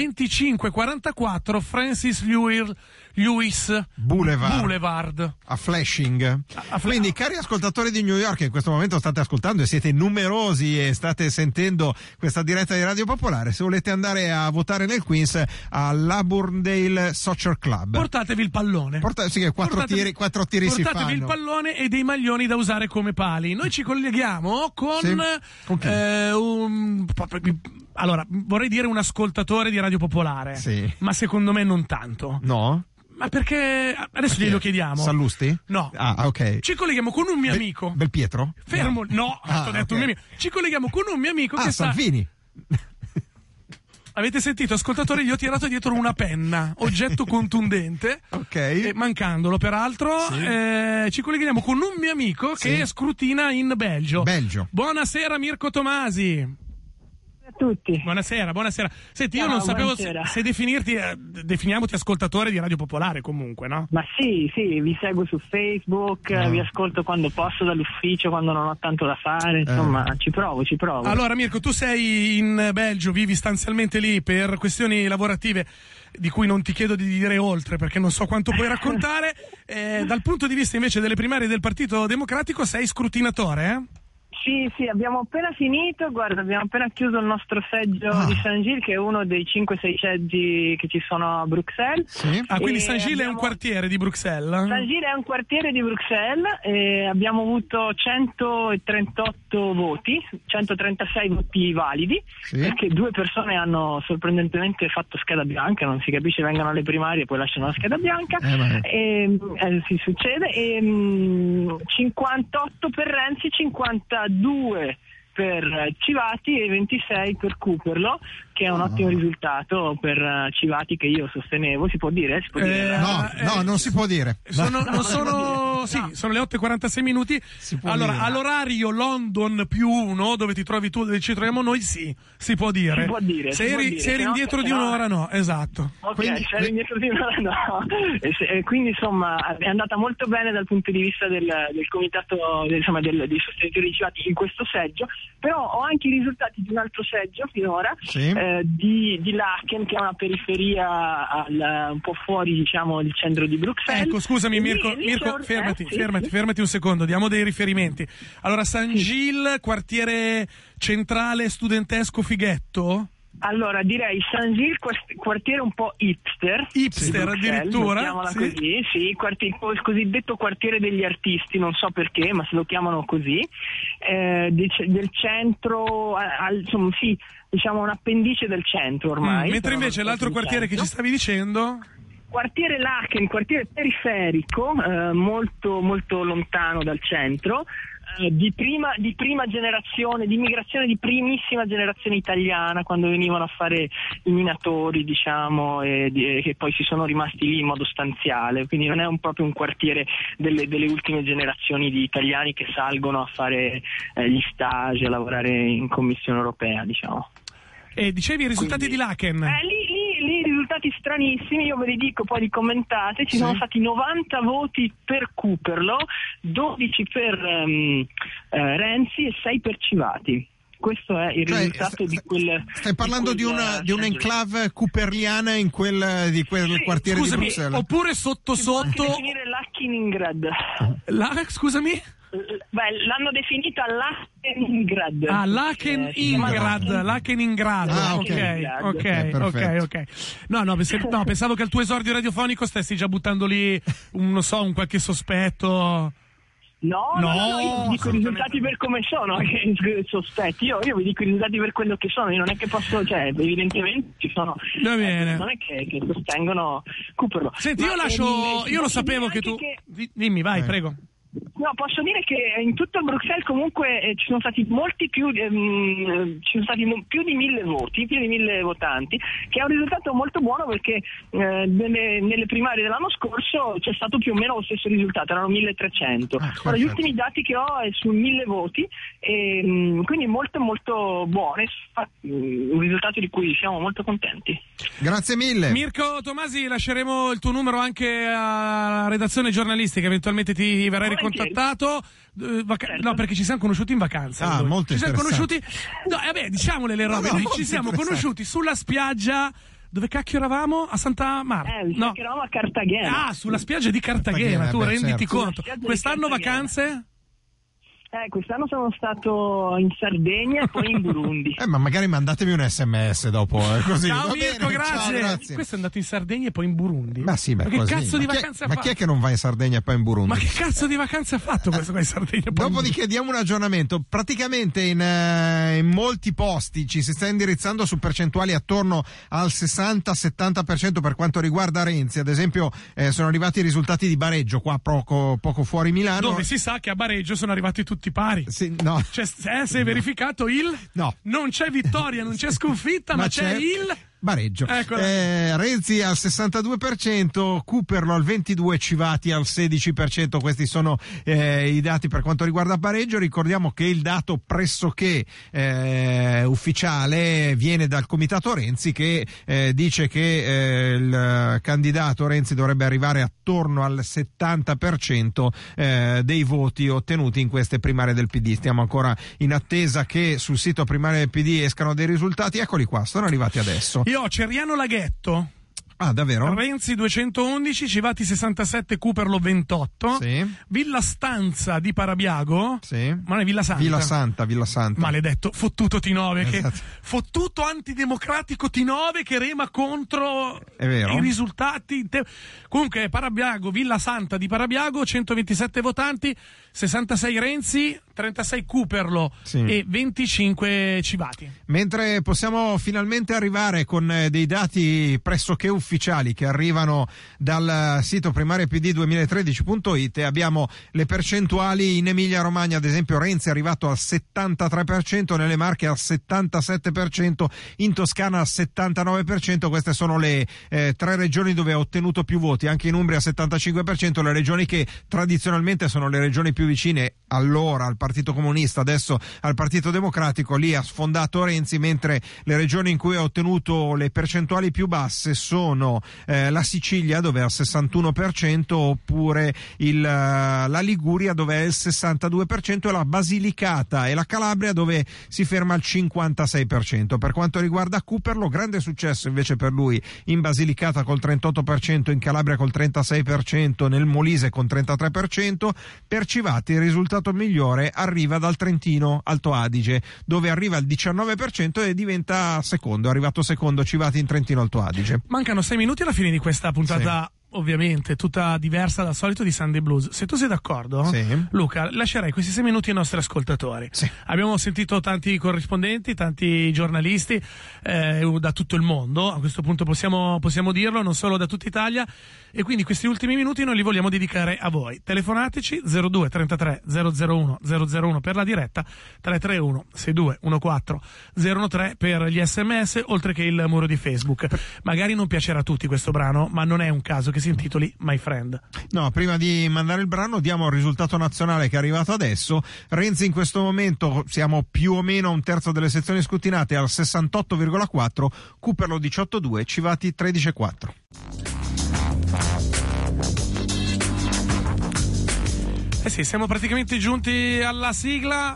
2544 Francis Lewis Boulevard a Flushing. Quindi, cari ascoltatori di New York, in questo momento state ascoltando e siete numerosi e state sentendo questa diretta di Radio Popolare, se volete andare a votare nel Queens all'Auburndale Soccer Club, portatevi il pallone. Quattro tiri si fanno. Portatevi il pallone e dei maglioni da usare come pali. Noi ci colleghiamo con allora, vorrei dire un ascoltatore di Radio Popolare, ma secondo me non tanto. No? Ma perché adesso glielo chiediamo. Sallusti? No. Ok. Ci colleghiamo con un mio amico. Belpietro? Fermo. No, ho detto un mio amico. Ci colleghiamo con un mio amico che Salvini. Avete sentito, ascoltatori, gli ho tirato dietro una penna, oggetto contundente, mancandolo peraltro. Ci colleghiamo con un mio amico che scrutina in Belgio. Buonasera Mirko Tomasi. A tutti. Buonasera. Senti, io non sapevo se definiamoti ascoltatore di Radio Popolare comunque, no? Ma sì, vi seguo su Facebook, vi ascolto quando posso dall'ufficio, quando non ho tanto da fare, insomma, ci provo. Allora Mirko, tu sei in Belgio, vivi stanzialmente lì per questioni lavorative di cui non ti chiedo di dire oltre perché non so quanto puoi raccontare. Dal punto di vista invece delle primarie del Partito Democratico sei scrutinatore, Sì, abbiamo appena finito, abbiamo appena chiuso il nostro seggio di Saint-Gilles, che è uno dei 5-6 seggi che ci sono a Bruxelles. Quindi Saint-Gilles è un quartiere di Bruxelles? Saint-Gilles è un quartiere di Bruxelles e abbiamo avuto 138 voti, 136 voti validi, perché 2 persone hanno sorprendentemente fatto scheda bianca, non si capisce, vengono alle primarie e poi lasciano la scheda bianca, si succede, 58 per Renzi, 52 per Civati e 26 per Cooperlo, che è un ottimo risultato per Civati, che io sostenevo. Si può dire? No, non si può dire. Sono le 8:46 minuti. Allora, dire. All'orario London +1, dove ti trovi tu, dove ci troviamo noi, si può dire. Se eri indietro di un'ora, no, esatto. Ok, se eri indietro di un'ora, no. Quindi, insomma, è andata molto bene dal punto di vista del comitato, dei sostenitori di Civati in questo seggio, però ho anche i risultati di un altro seggio finora, di Laken, che è una periferia un po' fuori, diciamo, il centro di Bruxelles. Ecco, scusami Mirko, fermati un secondo, diamo dei riferimenti. Allora, Saint-Gilles, quartiere centrale studentesco fighetto? Allora, direi Saint Gilles, quartiere un po' hipster. Hipster addirittura? Chiamala così, sì, il cosiddetto quartiere degli artisti, non so perché, ma se lo chiamano così. Del centro, insomma, sì, diciamo un appendice del centro ormai. Mentre invece l'altro quartiere che ci stavi dicendo? Quartiere Laken, quartiere periferico, molto, molto lontano dal centro. Di prima generazione, di immigrazione di primissima generazione italiana, quando venivano a fare i minatori, diciamo, che poi si sono rimasti lì in modo stanziale, quindi non è proprio un quartiere delle ultime generazioni di italiani che salgono a fare gli stage, a lavorare in Commissione europea, diciamo. E dicevi i risultati di Laken? Lì risultati stranissimi, io ve li dico, poi li commentate. Ci sono stati 90 voti per Cooperlo, 12 per Renzi e 6 per Civati. Questo è il risultato di quel... Stai parlando di un'enclave cooperliana di quel quartiere di Bruxelles? Oppure sotto... Si può anche definire Lakeningrad. Scusami? Beh, l'hanno definita Lakeningrad. Lakeningrad. Ok. No, pensavo che al tuo esordio radiofonico stessi già buttando lì un qualche sospetto. No, io vi dico i risultati per come sono, che sospetti. Io vi dico i risultati per quello che sono, io non è che posso, evidentemente ci sono persone che sostengono Cooperlo. Senti, io lo sapevo che tu... Dimmi, vai, prego. No, posso dire che in tutto Bruxelles comunque ci sono stati più di 1000 voti, più di 1000 votanti, che è un risultato molto buono perché nelle primarie dell'anno scorso c'è stato più o meno lo stesso risultato, erano 1300. Ora gli ultimi dati che ho è su 1000 voti, e quindi molto molto buone, un risultato di cui siamo molto contenti. Grazie mille. Mirko Tomasi, lasceremo il tuo numero anche alla redazione giornalistica, eventualmente ti verrai contattato. No, perché ci siamo conosciuti in vacanza. Molto ci siamo conosciuti. No, diciamole le robe. Ci siamo conosciuti sulla spiaggia. Dove cacchio eravamo? A Santa Marta? Eravamo a Cartagena. Sulla spiaggia di Cartagena. Tu renditi conto. Quest'anno vacanze? Quest'anno sono stato in Sardegna e poi in Burundi. Ma magari mandatemi un SMS dopo, così. Ciao Mirko, grazie. Questo è andato in Sardegna e poi in Burundi. Ma sì, ma che cazzo di vacanze ha fatto? Ma chi è che non va in Sardegna e poi in Burundi? Ma che cazzo di vacanze ha fatto questo qua in Sardegna? Dopodiché diamo un aggiornamento. Praticamente in molti posti ci si sta indirizzando su percentuali attorno al 60-70% per quanto riguarda Renzi. Ad esempio sono arrivati i risultati di Bareggio, qua poco fuori Milano. Dove si sa che a Bareggio sono arrivati tutti pari. Sì, no. Si è verificato No. Non c'è vittoria, non c'è sconfitta, ma c'è il... Bareggio. Renzi al 62%, Cooperlo al 22%, Civati al 16%. Questi sono i dati per quanto riguarda Bareggio. Ricordiamo che il dato pressoché ufficiale viene dal comitato Renzi, che dice che il candidato Renzi dovrebbe arrivare attorno al 70% dei voti ottenuti in queste primarie del PD. Stiamo ancora in attesa che sul sito primarie del PD escano dei risultati. Eccoli qua, sono arrivati adesso. Io ho Ceriano Laghetto. Davvero? Renzi 211, Civati 67, Cooperlo 28. Sì. Villa Stanza di Parabiago. Sì. Ma non è Villa Santa. Villa Santa. Maledetto, fottuto T9, esatto. Fottuto antidemocratico T9 che rema contro i risultati. Comunque Parabiago, Villa Santa di Parabiago, 127 votanti, 66 Renzi, 36 Cooperlo e 25 Civati. Mentre possiamo finalmente arrivare con dei dati pressoché ufficiali che arrivano dal sito primariepd2013.it, abbiamo le percentuali in Emilia Romagna. Ad esempio Renzi è arrivato al 73%, nelle Marche al 77%, in Toscana al 79%. Queste sono le tre regioni dove ha ottenuto più voti. Anche in Umbria al 75%, le regioni che tradizionalmente sono le regioni più vicine allora al Partito Comunista, adesso al Partito Democratico. Lì ha sfondato Renzi, mentre le regioni in cui ha ottenuto le percentuali più basse sono la Sicilia, dove è al 61%, oppure la Liguria, dove è il 62%, e la Basilicata e la Calabria, dove si ferma al 56%. Per quanto riguarda Cooperlo, grande successo invece per lui in Basilicata col 38%, in Calabria col 36%, nel Molise con 33%. Per Civati il risultato migliore arriva dal Trentino Alto Adige, dove arriva al 19% e diventa secondo, è arrivato secondo Civati in Trentino Alto Adige. Mancano 6 minuti alla fine di questa puntata. Sì. Ovviamente tutta diversa dal solito di Sunday Blues. Se tu sei d'accordo, sì, Luca, lascerei questi 6 minuti ai nostri ascoltatori. Sì. Abbiamo sentito tanti corrispondenti, tanti giornalisti da tutto il mondo, a questo punto possiamo dirlo, non solo da tutta Italia, e quindi questi ultimi minuti noi li vogliamo dedicare a voi. Telefonateci 02 33 001 001 per la diretta, 331 62 14 013 per gli SMS, oltre che il muro di Facebook. Magari non piacerà a tutti questo brano, ma non è un caso che si intitoli My Friend. No, prima di mandare il brano diamo il risultato nazionale che è arrivato adesso. Renzi in questo momento, siamo più o meno a un terzo delle sezioni scrutinate, al 68,4, Cooperlo 18,2, Civati 13,4. Eh sì, siamo praticamente giunti alla sigla.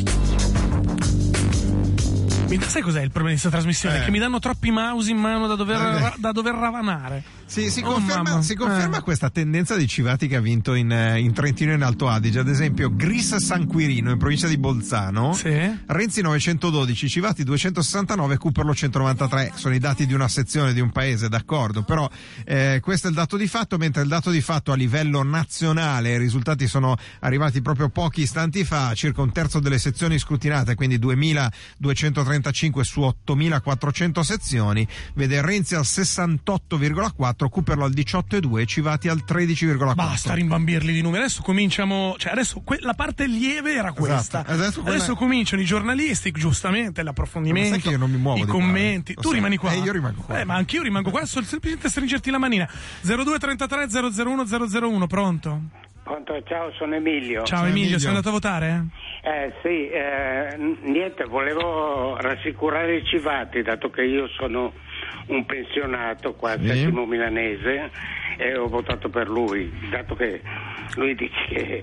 Sai cos'è il problema di questa trasmissione? Che mi danno troppi mouse in mano da dover ravanare. Sì, si conferma questa tendenza di Civati che ha vinto in Trentino e in Alto Adige. Ad esempio Gris San Quirino in provincia di Bolzano, sì, Renzi 912, Civati 269, Cooperlo 193. Sono i dati di una sezione di un paese, d'accordo, però questo è il dato di fatto, mentre il dato di fatto a livello nazionale, i risultati sono arrivati proprio pochi istanti fa, circa un terzo delle sezioni scrutinate, quindi 2235 su 8400 sezioni, vede Renzi al 68,4, Cooperlo al 18,2, Civati al 13,4. Basta rimbambirli di numeri, adesso cominciamo, cioè adesso la parte lieve era questa, esatto. Adesso cominciano i giornalisti, giustamente l'approfondimento, sai che io non mi muovo, i commenti, tu rimani qua, io rimango qua, ma anch'io rimango qua, semplicemente stringerti la manina. 02 33 001 001, pronto? Pronto, ciao, sono Emilio. Ciao Emilio, sei andato a votare? Sì, niente, volevo rassicurare i Civati, dato che io sono un pensionato qua, Settimo Milanese, e ho votato per lui, dato che lui dice che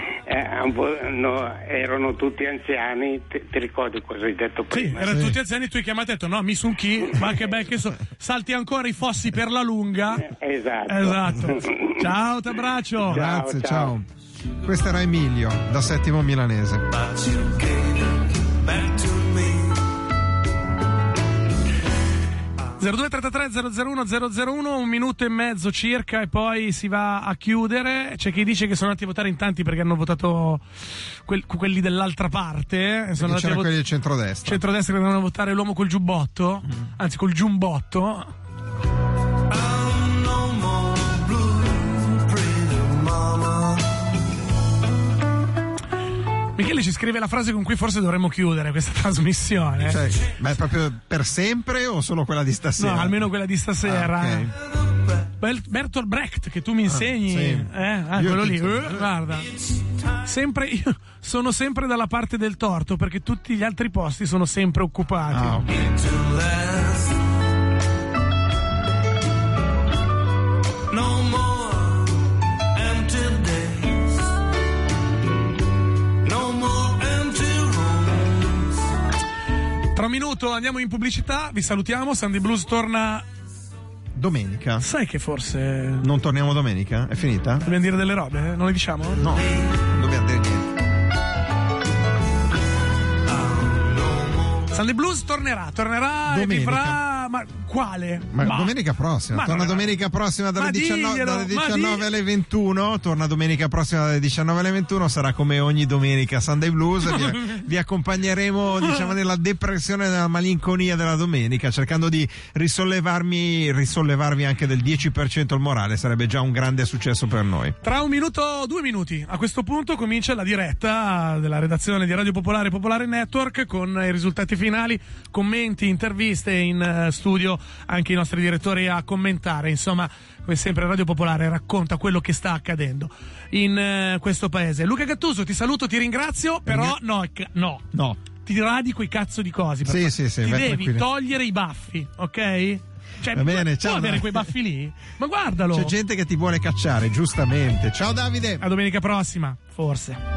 erano tutti anziani. Ti ricordi cosa hai detto prima? Sì, erano tutti anziani, tu hai chiamato e hai detto no, mi son chi, ma che bel che salti ancora i fossi per la lunga. Esatto. Ciao, ti abbraccio. Grazie, ciao. Questo era Emilio da Settimo Milanese. 0233 001 001, un minuto e mezzo circa e poi si va a chiudere. C'è chi dice che sono andati a votare in tanti perché hanno votato quelli dell'altra parte, sono andati c'era quelli del centrodestra che andavano a votare l'uomo col giubbotto, anzi col giumbotto. Michele ci scrive la frase con cui forse dovremmo chiudere questa trasmissione. Cioè, ma è proprio per sempre o solo quella di stasera? No, almeno quella di stasera. Okay. Bertolt Brecht, che tu mi insegni, sì. Quello lì, guarda. Io sono sempre dalla parte del torto perché tutti gli altri posti sono sempre occupati. Okay. Tra un minuto andiamo in pubblicità, vi salutiamo. Sunday Blues torna domenica. Sai che forse non torniamo domenica? È finita? Dobbiamo dire delle robe? Non le diciamo? No, non dobbiamo dire niente. Sunday Blues tornerà domenica. E vivrà. Ma quale? Ma domenica prossima. Torna domenica prossima dalle 19 alle 21. Torna domenica prossima dalle 19 alle 21. Sarà come ogni domenica Sunday Blues. Vi accompagneremo, diciamo, nella depressione e nella malinconia della domenica, cercando di risollevarvi anche del 10% il morale. Sarebbe già un grande successo per noi. Tra 2 minuti a questo punto comincia la diretta della redazione di Radio Popolare Popolare Network con i risultati finali, commenti, interviste in studio, anche i nostri direttori a commentare. Insomma, come sempre Radio Popolare racconta quello che sta accadendo in questo paese. Luca Gattuso, ti saluto, ti ringrazio, però no. Ti radico i cazzo di cosi. Sì, ti devi togliere i baffi, ok? Cioè, va bene, ciao. Puoi avere quei baffi lì? Ma guardalo. C'è gente che ti vuole cacciare, giustamente. Ciao Davide. A domenica prossima, forse.